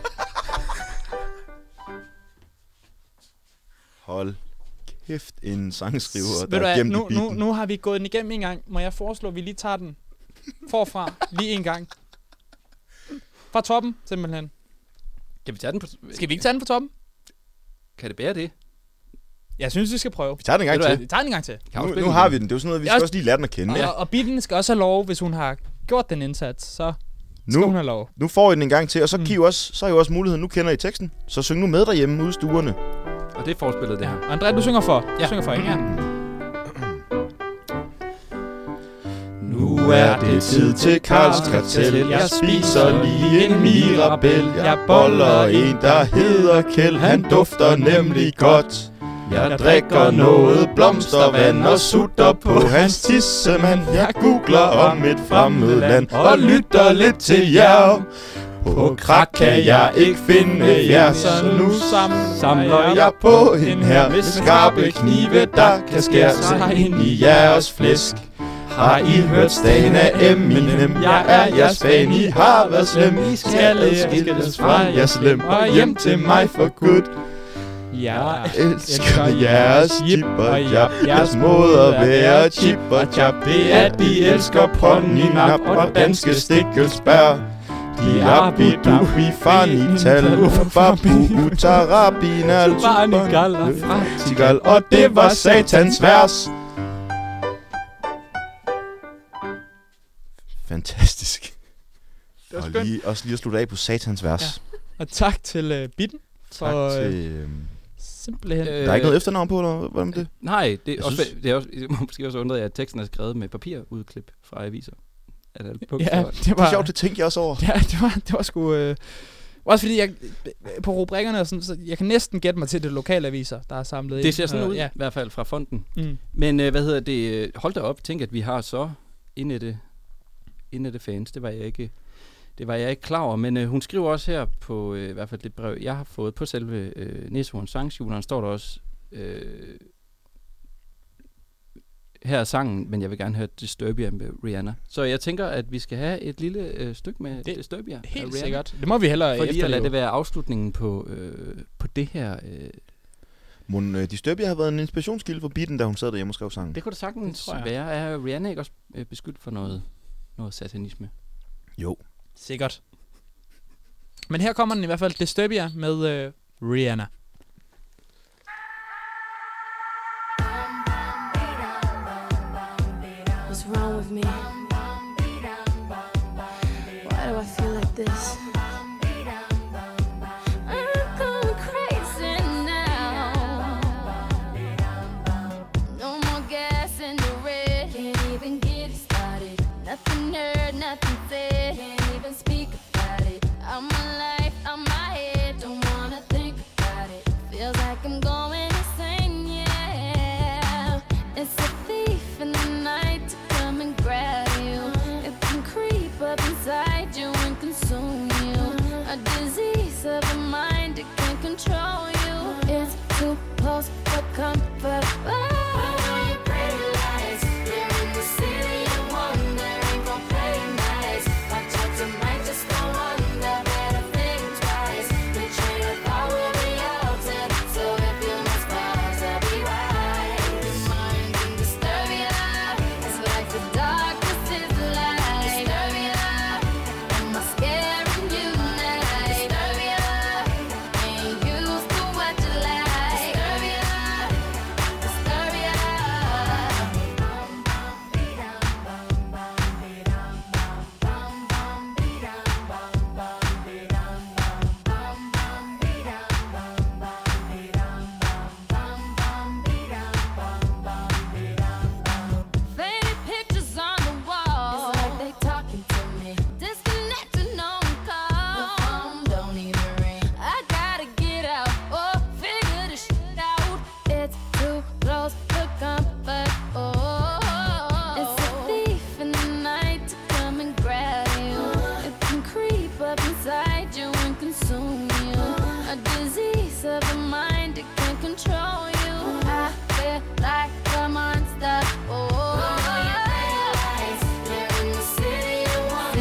Hold kæft, en sangskriver, der er gemt i beaten. Nu har vi gået den igennem en gang. Må jeg foreslå, at vi lige tager den forfra lige en gang? Fra toppen, simpelthen. Kan vi tage den på... Skal vi ikke tage den fra toppen? Kan det bære det? Jeg synes, vi skal prøve. Vi tager den en gang til. Vi tager den en gang til. Nu har vi den. Det er jo sådan noget, vi skal også lige lære den at kende. Ja. Og Bitten skal også have lov, hvis hun har gjort den indsats, så skal hun have lov. Nu får I den en gang til, og så, så har I også muligheden. Nu kender I teksten. Så syng nu med derhjemme ude i stuerne. Og det er forspillet, det her. André, du synger for. Ja. Du synger for, ikke? Ja. Nu er det tid til Karls Kartel. Jeg spiser lige en Mirabel. Jeg boller en, der hedder Kjeld. Han dufter nemlig godt. Jeg drikker noget blomstervand og sutter på hans tissemand. Jeg googler om et fremmed land og lytter lidt til jer. På krak kan jeg ikke finde jer, så nu samler jeg på en her med skarpe knive, der kan skære sig ind i jeres flæsk. Har I hørt stagen af Eminem? Jeg er jeres fan, I har været slem. I skal skilles fra jer slem og hjem til mig for good. Jeg elsker jeres chip og jap. Jeres måde at være chip og chap. Det er, de elsker Pony-nap og danske stikkelsbær. Diabidubi fanital Babu utarabinal Praktikal. Og det var satans vers. Fantastisk. Og også lige at slutte af på satans vers. Ja. Og tak til Bitten. Tak til... Simpelthen. Der er ikke noget efternavn på, eller hvad med det? Nej, det er også, måske også undret, at teksten er skrevet med papirudklip fra aviser. Ja, det var sjovt, det tænkte jeg også over. Ja, det var sgu... også fordi jeg på rubrikkerne og sådan, så jeg kan næsten gætte mig til det lokale aviser, der er samlet ind. Det ser sådan ud, i hvert fald fra fonden. Men hold da op, tænk at vi har så indette fans. Det var jeg ikke klar over, men hun skriver også her på i hvert fald det brev, jeg har fået på selve Næsehorns sangskjuleren, står der også her er sangen, men jeg vil gerne høre Disturbia med Rihanna. Så jeg tænker, at vi skal have et lille stykke med Disturbia. Helt sikkert. Det må vi hellere fordi at lade det være afslutningen på det her. Disturbia har været en inspirationskilde for Bitten, da hun sad derhjemme og skrev sangen. Det kunne da sagtens være. Er Rihanna ikke også beskyldt for noget satanisme? Jo. Sikkert. Men her kommer den i hvert fald, Disturbia med Rihanna. What's wrong with me? Why do I feel like this? I'm going crazy now. No more gas in the red. Can't even get it started. Nothing heard, nothing said. Can't even speak about it. I'm alive, I'm my head. Don't wanna think about it. Feels like I'm going insane, yeah. It's a thief in the night to come and grab you. It can creep up inside you and consume you. A disease of the mind, it can control you. It's too close for comfort. Used to of the mind, it can control you. I feel like a monster. Oh, you're in the city of lies.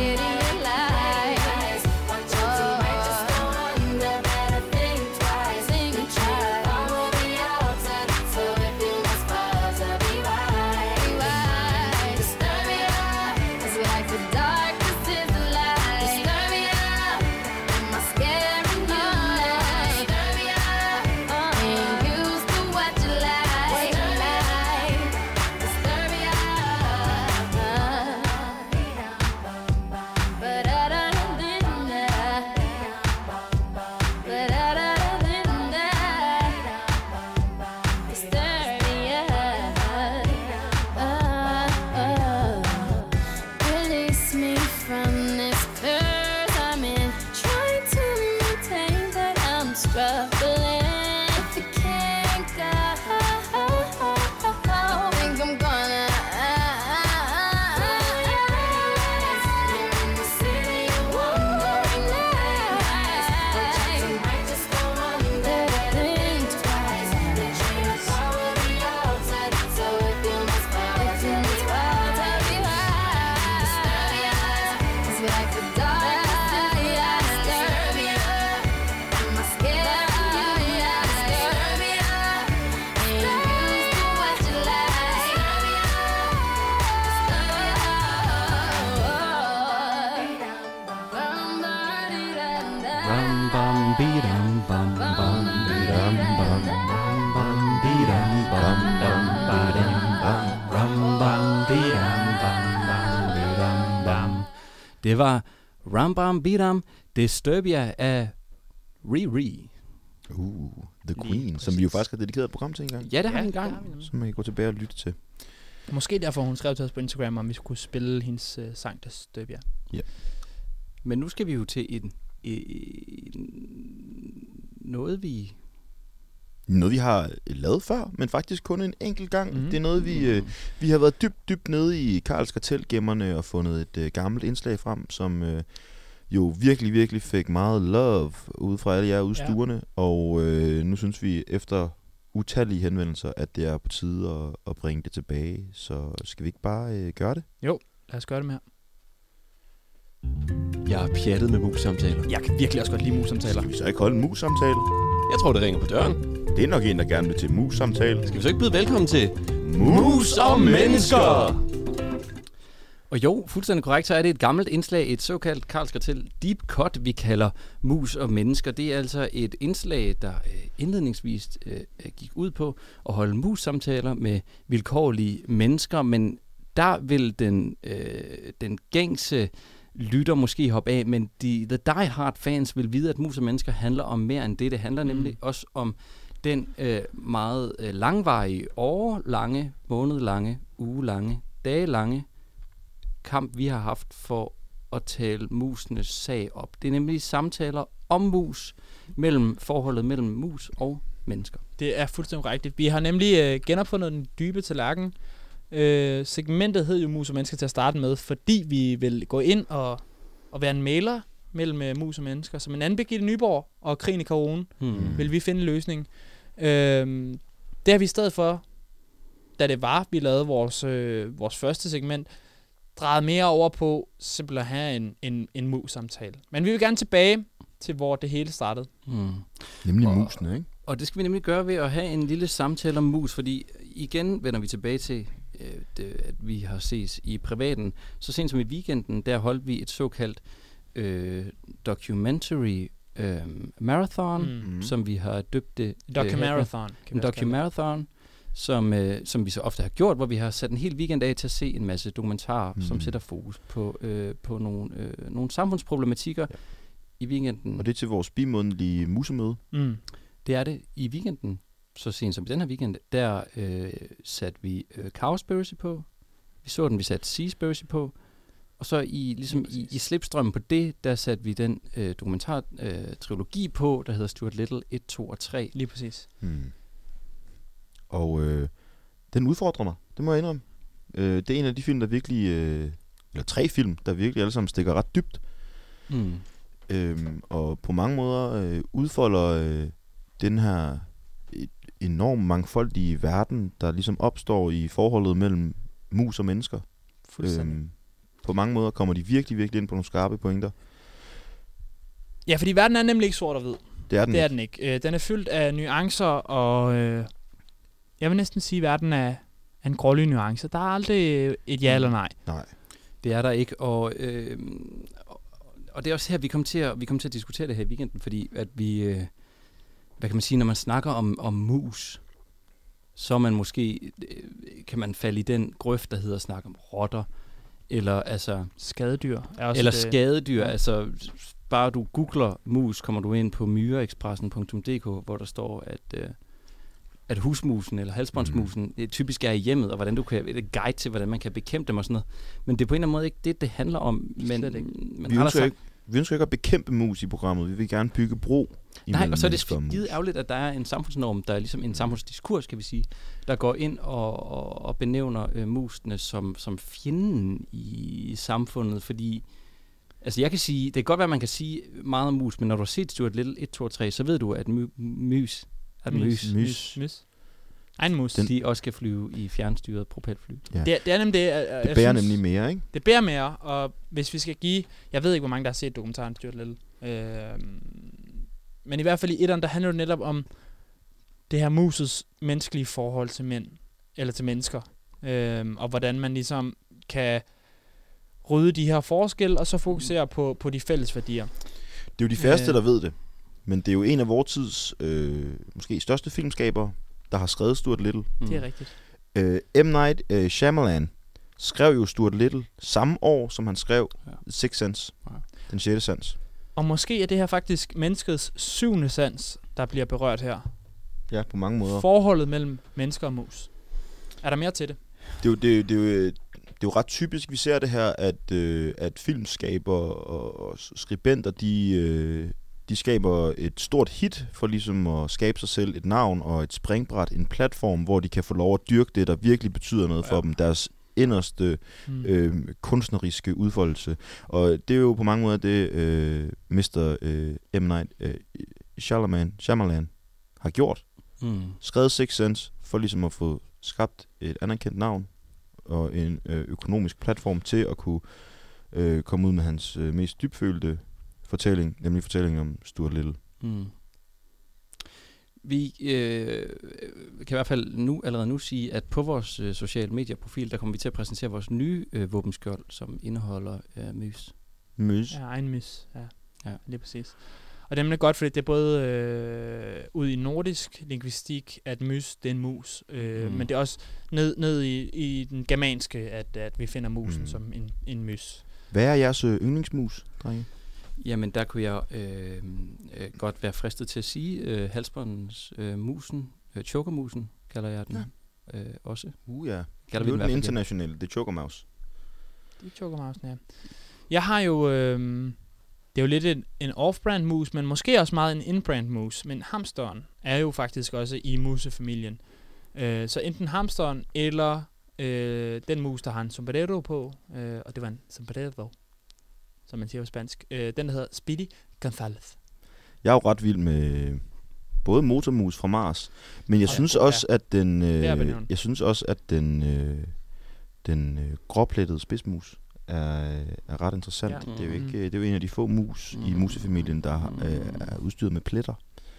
Watch out, you might just go under. Better think twice. Think try. Follow the outside. So if you must fall to be right. Disturbia is like the darkest is the light. Disturbia, am I scaring you? Disturbia, ain't used to what you like. Disturbia, but other than that, release me from this curse I'm in. Trying to maintain, but I'm struggling. If you can't go, think I'm gonna. You're in the city of wandering lights. You might just go under. Think twice. You follow the outside. So if you must fall, to be high. Disturbia is like the darkest is Disturbia, am I scared of you? Disturbia, ain't used to what you like. Ram bam bidam bam bam bidam bam bam bidam bam bam badam bam ram bam bidam bam bam bidam bam. Det var Ram bam bidam Disturbia af Riri. The Queen, som vi jo faktisk har dedikeret et program til engang. Ja, det har vi Ja, engang. det har vi nemlig. Som man kan gå tilbage og lytte til. Måske derfor hun skrev til os på Instagram, om vi skulle spille hendes sang Disturbia. Men nu skal vi jo til noget vi... Noget, vi har lavet før, men faktisk kun en enkelt gang. Mhm. Det er noget, vi har været dybt nede i Karls Kartel-gemmerne og fundet et gammelt indslag frem, som jo virkelig fik meget love ude fra alle jer ude i Ja. stuerne. Og nu synes vi efter utallige henvendelser, at det er på tide at bringe det tilbage. Så skal vi ikke bare gøre det? Lad os gøre det med her. Jeg er pjattet med mus-samtaler. Jeg kan virkelig også godt lide mus-samtaler. Skal vi så ikke holde en mus-samtale? Jeg tror, det ringer på døren. Det er nok en, der gerne vil til mus-samtale. Skal vi så ikke byde velkommen til Mus og mennesker! Og jo, fuldstændig korrekt, så er det et gammelt indslag, et såkaldt Karls Kartel Deep Cut, vi kalder Mus og Mennesker. Det er altså et indslag, der indledningsvis gik ud på at holde mus-samtaler med vilkårlige mennesker, men der vil den gængse lytter måske hoppe af, men the die-hard fans vil vide, at Mus og Mennesker handler om mere end det. Det handler nemlig også om den meget langvarige, årlange, månedlange, ugelange, dagelange kamp, vi har haft for at tale musenes sag op. Det er nemlig samtaler om mus, forholdet mellem mus og mennesker. Det er fuldstændig rigtigt. Vi har nemlig genopfundet den dybe tallerken. Segmentet hed jo Mus og Mennesker til at starte med, fordi vi vil gå ind og være en mailer mellem mus og mennesker. Som en anden Birgitte Nyborg og krigen i Karone vil vi finde en løsning. Det har vi i stedet for, da det var, vi lavede vores første segment, drejet mere over på simpelthen at have en mus-samtale. Men vi vil gerne tilbage til, hvor det hele startede. Nemlig musene, ikke? Og det skal vi nemlig gøre ved at have en lille samtale om mus, fordi igen vender vi tilbage til, at vi har ses i privaten. Så sent som i weekenden, der holdt vi et såkaldt documentary marathon, som vi har døbt det. Documarathon. Documarathon, som vi så ofte har gjort, hvor vi har sat en hel weekend af til at se en masse dokumentarer, som sætter fokus på nogle samfundsproblematikker i weekenden. Og det er til vores bimånedlige musemøde. Det er det i weekenden. Så sent som i den her weekend, der satte vi Cowspiracy på. Vi så den, vi satte Seaspiracy på. Og så i slipstrømmen på det, der satte vi den dokumentar-trilogi på, der hedder Stuart Little 1, 2 og 3. Lige præcis. Og den udfordrer mig, det må jeg indrømme. Det er en af de film, der virkelig, eller 3 film, der virkelig alle sammen stikker ret dybt. Og på mange måder udfolder den her enormt mangfoldige verden, der ligesom opstår i forholdet mellem mus og mennesker. På mange måder kommer de virkelig, virkelig ind på nogle skarpe pointer. Ja, fordi verden er nemlig ikke sort og hvid. Det er den Det er ikke. den ikke. Den er fyldt af nuancer, og jeg vil næsten sige, at verden er en grålig nuance. Der er aldrig et ja eller nej. Nej. Det er der ikke, og det er også her, vi kommer til at diskutere det her i weekenden, fordi at vi, hvad kan man sige, når man snakker om mus, så man måske, kan man falde i den grøft, der hedder at snakke om rotter, eller altså Skadedyr er også eller det. skadedyr, Ja. altså bare du googler mus, kommer du ind på myreekspressen.dk, hvor der står, at husmusen eller halsbåndsmusen typisk er i hjemmet, og hvordan du kan et guide til, hvordan man kan bekæmpe dem og sådan noget. Men det er på en eller anden måde ikke det handler om. Men Slet ikke. Vi ønsker ikke at bekæmpe mus i programmet. Vi vil gerne bygge bro. Nej, og så er det mennesker og mus. skide ærgerligt, at der er en samfundsnorm, der er ligesom en samfundsdiskurs, kan vi sige, der går ind og benævner musene som fjenden i samfundet, fordi altså jeg kan sige, det kan godt være, at man kan sige meget om mus, men når du har set Stuart Little 1, 2 og 3, så ved du, at mys. Egen mus. De også kan flyve i fjernstyret propelfly. Ja. Det er nemlig det, Det bærer nemlig mere, ikke? Det bærer mere, og hvis vi skal give... Jeg ved ikke, hvor mange der har set dokumentaren Stuart Little. Men i hvert fald i etteren, der handler det netop om det her musets menneskelige forhold til mænd, eller til mennesker. Og hvordan man ligesom kan rydde de her forskelle, og så fokusere på de fælles værdier. Det er jo de færreste, der ved det. Men det er jo en af vores tids måske største filmskaber, der har skrevet Stuart Little. Det er rigtigt. M. Night Shyamalan skrev jo Stuart Little samme år, som han skrev Sixth Sense. Ja. Den 6. sans. Og måske er det her faktisk menneskets 7. sans, der bliver berørt her. Ja, på mange måder. Forholdet mellem mennesker og mus. Er der mere til det? Det er jo ret typisk, vi ser det her, at filmskaber og skribenter, de skaber et stort hit for ligesom at skabe sig selv et navn og et springbræt, en platform, hvor de kan få lov at dyrke det, der virkelig betyder noget for dem, deres inderste kunstneriske udfoldelse. Og det er jo på mange måder det, Mr. M. Night Shyamalan har gjort. Skrevet Sixth Sense for ligesom at få skabt et anerkendt navn og en økonomisk platform til at kunne komme ud med hans mest dybfølte fortælling, nemlig fortællingen om Stuart Little. Vi kan i hvert fald allerede nu sige, at på vores sociale medieprofil, der kommer vi til at præsentere vores nye våbenskjold, som indeholder mys. Mys? Ja, egen mys. Ja, lige præcis. Og det er godt, fordi det er både ud i nordisk lingvistik, at mys, det er en mus. Men det er også ned i den germanske, at vi finder musen som en mys. Hvad er jeres yndlingsmus, drenge? Jamen, der kunne jeg godt være fristet til at sige halsbåndens musen, chokermusen kalder jeg den også. Ja. Kalder vi den den internationale, det er chokermouse. Det er chokermousen, ja. Jeg har jo, det er jo lidt en off-brand mus, men måske også meget en in-brand mus. Men hamsteren er jo faktisk også i musefamilien. Så enten hamsteren eller den mus, der har en sombrero på, og det var en sombrero, som man siger på spansk. Den, der hedder Speedy Gonzales. Jeg er jo ret vild med både motormus fra Mars, men jeg synes også, at den gråplettede spidsmus er ret interessant. Ja. Det er jo en af de få mus i musefamilien, der er udstyret med pletter.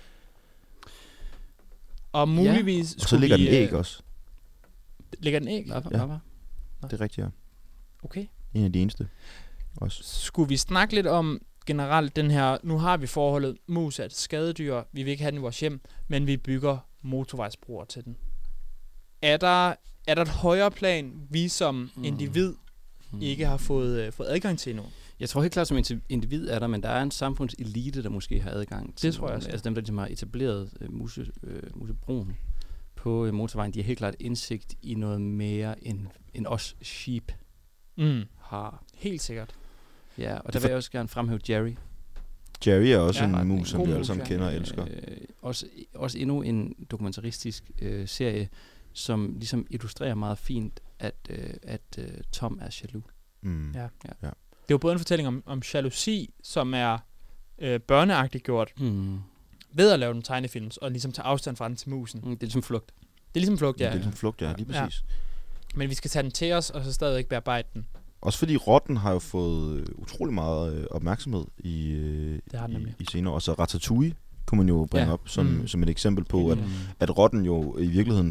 Og muligvis... Og så ligger den æg også. Ligger den æg? Ja, det er rigtigt, ja. Okay. En af de eneste også. Skulle vi snakke lidt om generelt den her... Nu har vi forholdet mus er et skadedyr. Vi vil ikke have den i vores hjem, men vi bygger motorvejsbroer til den. Er der et højere plan, vi som individ ikke har fået adgang til endnu? Jeg tror helt klart, som individ er der, men der er en samfundselite, der måske har adgang til. Det tror jeg også. Altså dem, der ligesom har etableret musebroen på motorvejen, de har helt klart indsigt i noget mere, end os sheep har. Helt sikkert. Ja, og der vil jeg også gerne fremhæve Jerry. Jerry er også en mus, som vi alle sammen kender og elsker. Også endnu en dokumentaristisk serie, som ligesom illustrerer meget fint, at Tom er jaloux. Ja. Det er jo både en fortælling om jalousi, som er børneagtigt gjort, ved at lave nogle tegnefilms, og ligesom tage afstand fra den til musen. Det er ligesom flugt. Det er ligesom flugt, ja. Det er ligesom flugt, ja, lige præcis. Men vi skal tage den til os, og så stadigvæk bearbejde den. Også fordi rotten har jo fået utrolig meget opmærksomhed i senere. Og så Ratatouille kunne man jo bringe op som et eksempel på, at rotten jo i virkeligheden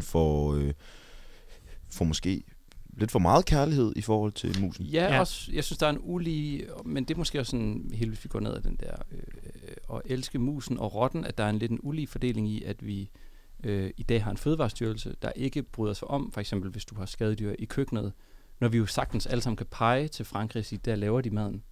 får måske lidt for meget kærlighed i forhold til musen. Ja. Også, jeg synes, der er en ulige, men det er måske også sådan, helt hvis vi går ned ad den der, at elske musen og rotten, at der er en lidt en ulige fordeling i, at vi i dag har en fødevarestyrelse, der ikke bryder sig om, for eksempel hvis du har skadedyr i køkkenet, når vi jo sagtens alle sammen kan pege til Frankrig og sige, der laver de maden.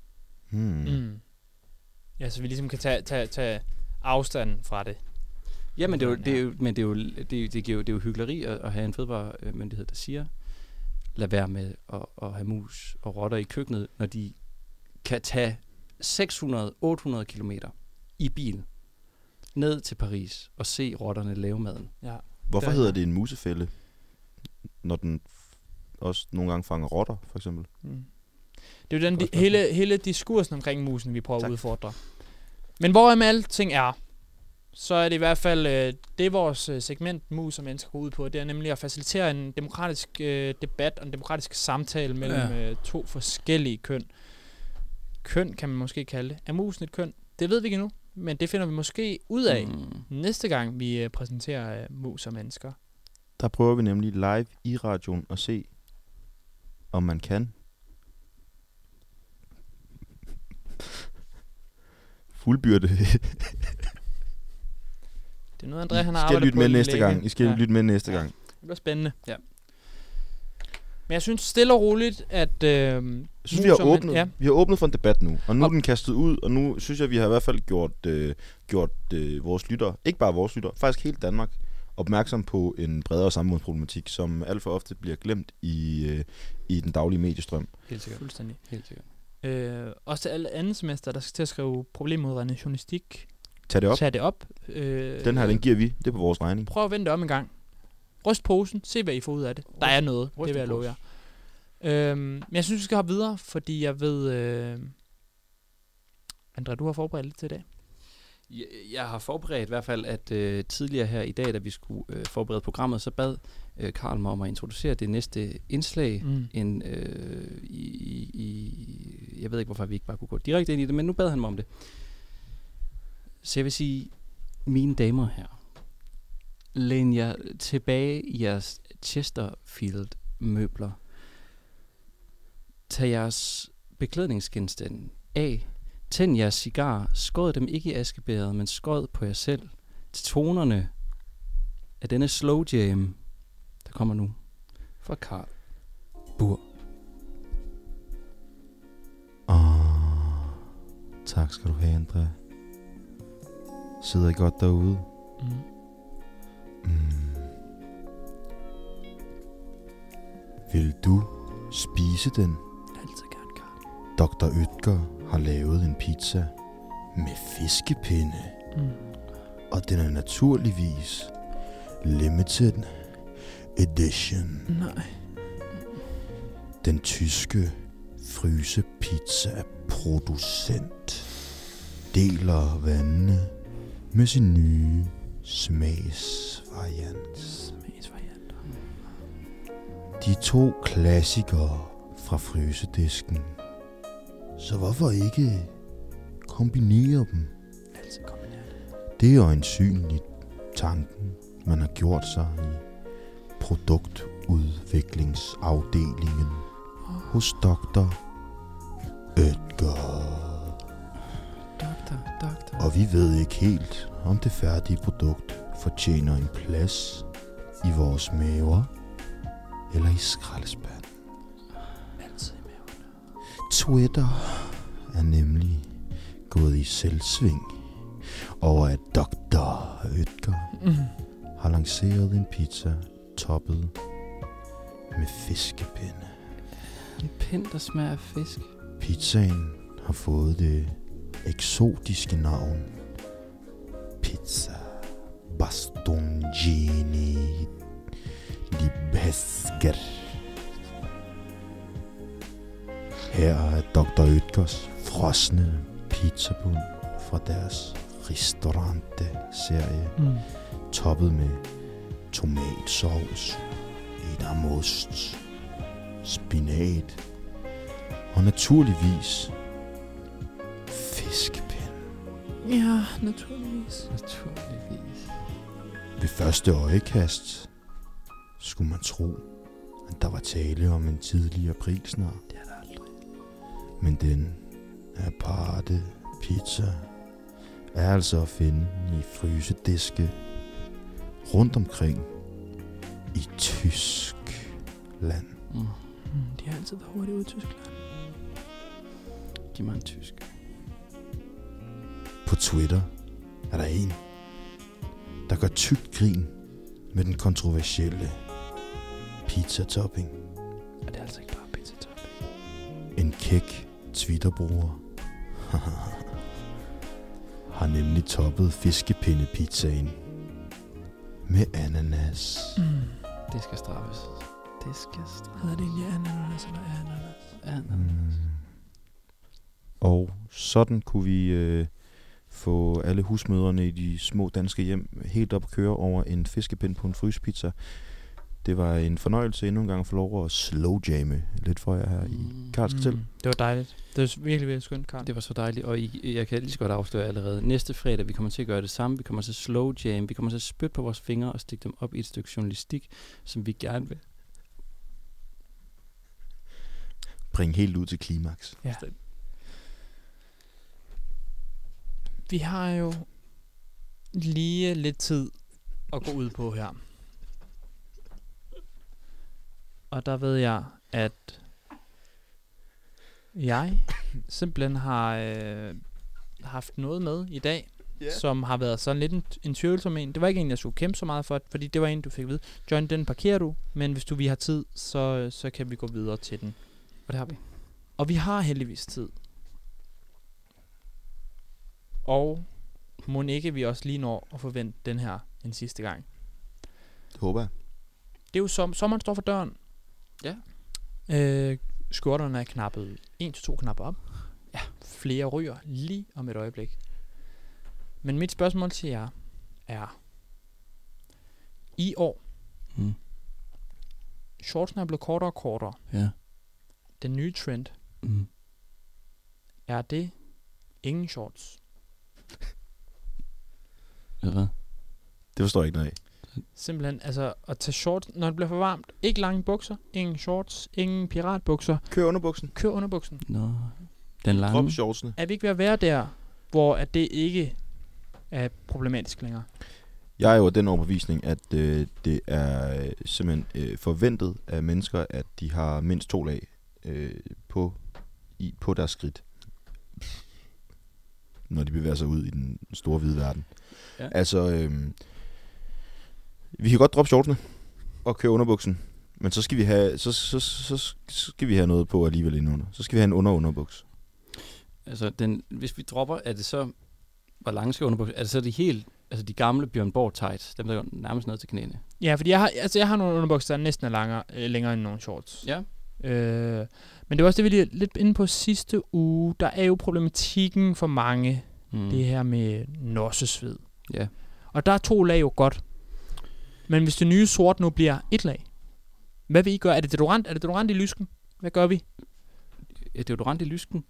Ja, så vi ligesom kan tage afstanden fra det. Ja, men det er jo hykleri at have en fødevaremyndighed, der siger, lad være med at have mus og rotter i køkkenet, når de kan tage 600-800 kilometer i bil ned til Paris og se rotterne lave maden. Ja. Hvorfor hedder det en musefælde, når den også nogle gange fanger rotter, for eksempel? Det er jo den hele diskursen omkring musen, vi prøver at udfordre. Men hvorom alting er, så er det i hvert fald det, vores segment mus og mennesker går ud på. Det er nemlig at facilitere en demokratisk debat og en demokratisk samtale mellem to forskellige køn. Køn kan man måske kalde det. Er musen et køn? Det ved vi ikke endnu, men det finder vi måske ud af næste gang, vi præsenterer mus og mennesker. Der prøver vi nemlig live i radioen at se, om man kan fuldbyrde. Det er noget, André han har arbejdet på næste gang. I skal lytte med næste gang. Det bliver spændende. Ja. Men jeg synes stille og roligt, at jeg synes, vi har åbnet for en debat nu, og nu er den kastet ud, og nu synes jeg, vi har i hvert fald gjort vores lyttere, ikke bare vores lyttere, faktisk hele Danmark, opmærksom på en bredere samfundsproblematik, som alt for ofte bliver glemt i den daglige mediestrøm. Helt sikkert. Fuldstændig. Helt sikkert. Også til alle andet semester, der skal til at skrive problemudredende journalistik. Tag det op. Den giver vi. Det er på vores regning. Prøv at vende det om en gang. Ryst posen. Se, hvad I får ud af det. Der er noget. Det vil jeg love jer. Men jeg synes, vi skal hoppe videre, fordi jeg ved... André, du har forberedt lidt til i dag. Jeg har forberedt i hvert fald, at tidligere her i dag, da vi skulle forberede programmet, så bad Karl mig om at introducere det næste indslag. Jeg ved ikke, hvorfor vi ikke bare kunne gå direkte ind i det, men nu bad han mig om det. Så jeg vil sige, mine damer her, læn jer tilbage i jeres Chesterfield-møbler. Tag jeres beklædningsgenstande af. Tænd jeres cigar. Skåd dem ikke i askebæret, men skåd på jer selv. Til tonerne af denne slow jam, der kommer nu fra Karl Bur. Tak skal du have, André. Sidder I godt derude? Vil du spise den? Altid gerne, Karl. Dr. Ytger har lavet en pizza med fiskepinde. Og den er naturligvis limited edition. Nej. Den tyske frysepizza-producent deler vandene med sin nye smagsvariant. De 2 klassikere fra frysedisken. Så hvorfor ikke kombinere dem? Altid kombinere det. Det er øjensynligt tanken, man har gjort sig i produktudviklingsafdelingen hos Dr. Ytger. Doktor. Og vi ved ikke helt, om det færdige produkt fortjener en plads i vores maver eller i skraldespanden. Altid i maven. Twitter er nemlig gået i selvsving over, at Dr. Ytger har lanceret en pizza toppet med fiskepinde. En pind, der smager af fisk. Pizzaen har fået det eksotiske navn Pizza Bastoncini di Besker. Her er Dr. Ytgers frosne pizzabund fra deres Ristorante-serie, toppet med tomatsovs, edamost, spinat og naturligvis fiskepind. Ja, naturligvis. Naturligvis. Ved første øjekast skulle man tro, at der var tale om en tidlig aprilsnar. Det er der aldrig. Men den aparte pizza er altså at finde i frysediske rundt omkring i Tyskland. De har altid været hurtigt ude i Tyskland. Giv mig en tysk. På Twitter er der en, der gør tykt grin med den kontroversielle pizza-topping. Og det er altså ikke bare pizza topping. En kæk Twitter-bruger har nemlig toppet fiskepindepizzaen med ananas. Det skal straffes. Det skal straffes. Hedder det egentlig ananas eller ananas? Og sådan kunne vi få alle husmødrene i de små danske hjem helt op at køre over en fiskepind på en frysepizza. Det var en fornøjelse endnu en gang at få lov at slowjamme lidt for jer her i Karls Kartel. Det var dejligt. Det var virkelig, virkelig skønt, Karl. Det var så dejligt, og jeg kan lige så godt afsløre allerede. Næste fredag, vi kommer til at gøre det samme. Vi kommer til at slow jam. Vi kommer til at spytte på vores fingre og stikke dem op i et stykke journalistik, som vi gerne vil. Bring helt ud til klimaks. Ja. Vi har jo lige lidt tid at gå ud på her. Og der ved jeg, at jeg simpelthen har haft noget med i dag, som har været sådan lidt en tvivlsom en. Det var ikke en, jeg skulle kæmpe så meget for, fordi det var en, du fik at vide. John, den parkerer du, men hvis vi har tid, så kan vi gå videre til den. Og det har vi. Og vi har heldigvis tid. Og må ikke vi også lige når at forvente den her en sidste gang. Det håber jeg. Det er jo sommeren står for døren. Ja. Skjorterne er knappet 1-2 knapper op. Ja. Flere ryger lige om et øjeblik. Men mit spørgsmål til jer er, i år, shortsene er blevet kortere og kortere. Ja. Den nye trend, er det ingen shorts? Hvad? Det forstår jeg ikke noget af. Simpelthen, altså at tage shorts, når det bliver for varmt. Ikke lange bukser, ingen shorts, ingen piratbukser. Kør underbuksen. Kør underbuksen. Nå. Den lange. Drop shortsene. Er vi ikke ved at være der, hvor at det ikke er problematisk længere? Jeg er jo af den overbevisning, at det er simpelthen forventet af mennesker, at de har mindst 2 lag på deres skridt, når de bevæger sig ud i den store hvide verden. Ja. Altså, vi kan godt droppe shortsene og køre underbuksen, men så skal vi have, så skal vi have noget på alligevel indenunder. Så skal vi have en underbuks. Altså, hvis vi dropper, er det så, hvor lange skal underbukser? Er det så de helt, altså de gamle Bjørn Borg tights, dem der går nærmest ned til knæene? Ja, fordi jeg har nogle underbukser, der næsten er længere end nogle shorts. Ja. Men det var også det, vi lige lidt inde på sidste uge. Der er jo problematikken for mange, det her med nossesved. Ja. Og der er 2 lag jo godt. Men hvis det nye sort nu bliver 1 lag, hvad vil I gøre? Er det deodorant? Er det deodorant i lysken? Hvad gør vi? Er deodorant i lysken?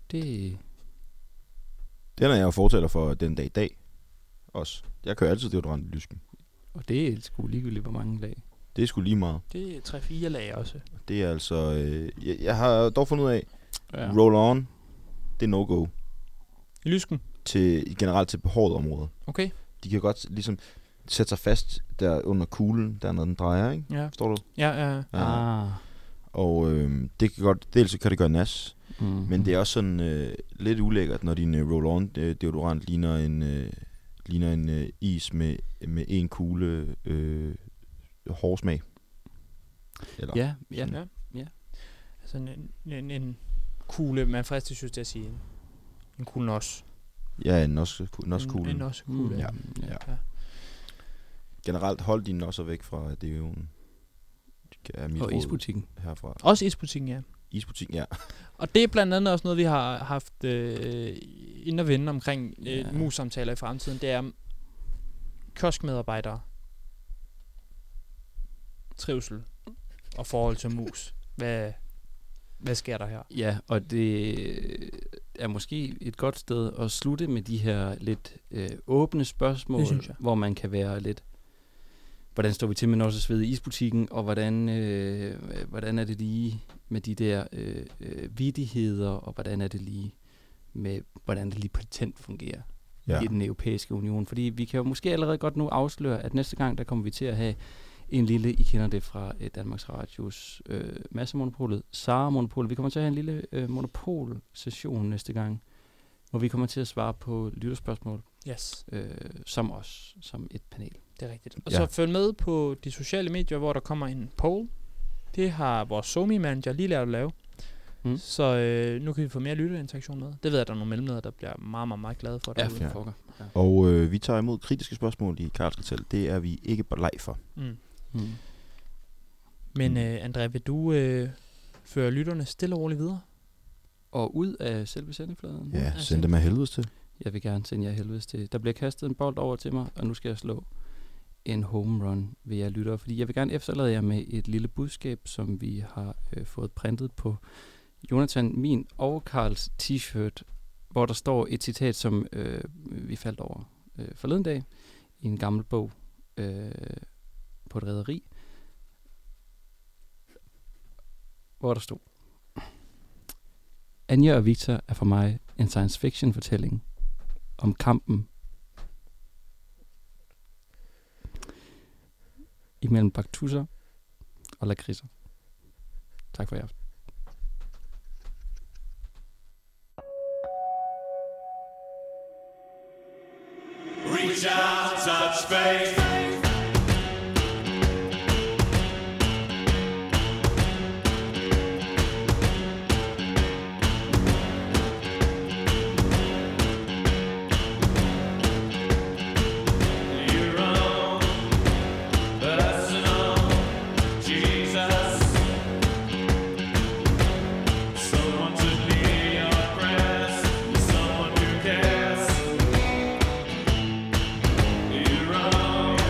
Den er jeg jo fortæller for den dag i dag også. Jeg kører altid deodorant i lysken. Og det er sgu ligegyldigt, hvor mange lag. Det er sgu lige meget. Det er 3-4 lag også. Det er altså... jeg har dog fundet ud af, roll-on, det er no-go. I lysken? Generelt til behårede områder. Okay. De kan godt ligesom sætte sig fast der under kuglen, der når den drejer, ikke? Ja. Forstår du? Ja. Og det kan godt... Dels kan det gøre nas, men det er også sådan lidt ulækkert, når din roll-on deodorant ligner en is med en kugle hårsmag. Eller Ja. Altså en kugle, man fristes synes til at sige. En kugle nos. Ja, en noskule. En nossekugle. Ja. Generelt hold dine nosser væk fra deoen. Og isbutikken. Herfra. Også isbutikken, ja. Isbutik, ja. Og det er blandt andet også noget, vi har haft ind og vende omkring mus-samtaler i fremtiden. Det er kioskmedarbejdere, trivsel og forhold til mus. Hvad sker der her? Ja, og det er måske et godt sted at slutte med de her lidt åbne spørgsmål, hvor man kan være lidt, hvordan står vi til med Nosses ved i isbutikken, og hvordan er det lige med de der vittigheder, og hvordan er det lige med, hvordan det lige patent fungerer i den europæiske union. Fordi vi kan jo måske allerede godt nu afsløre, at næste gang, der kommer vi til at have en lille, I kender det fra Danmarks Radios massemonopolet, Sara-monopolet. Vi kommer til at have en lille monopol-session næste gang, hvor vi kommer til at svare på lytterspørgsmål. Yes. Som et panel. Det er rigtigt. Og så følg med på de sociale medier, hvor der kommer en poll. Det har vores SoMe-manager lige lært at lave. Så nu kan vi få mere lytterinteraktion med. Det ved jeg, der er nogle mellemledere, der bliver meget, meget, meget glade for. Og vi tager imod kritiske spørgsmål i Karls Kartel. Det er vi ikke leg for. Men André, vil du føre lytterne stille og roligt videre? Og ud af selve sendefladen? Ja, send dem af helvedes til. Jeg vil gerne sende jer helvedes til. Der bliver kastet en bold over til mig, og nu skal jeg slå en home run ved jer lyttere. Fordi jeg vil gerne efterlade jer med et lille budskab, som vi har fået printet på Jonathan, min og Karls t-shirt, hvor der står et citat, som vi faldt over forleden dag i en gammel bog på et rederi, hvor der stod: Anja og Victor er for mig en science fiction fortælling om kampen imellem baktusser og lakridser. Tak for jer. Reach out, touch faith. You're wrong.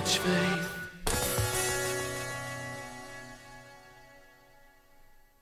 touch faith.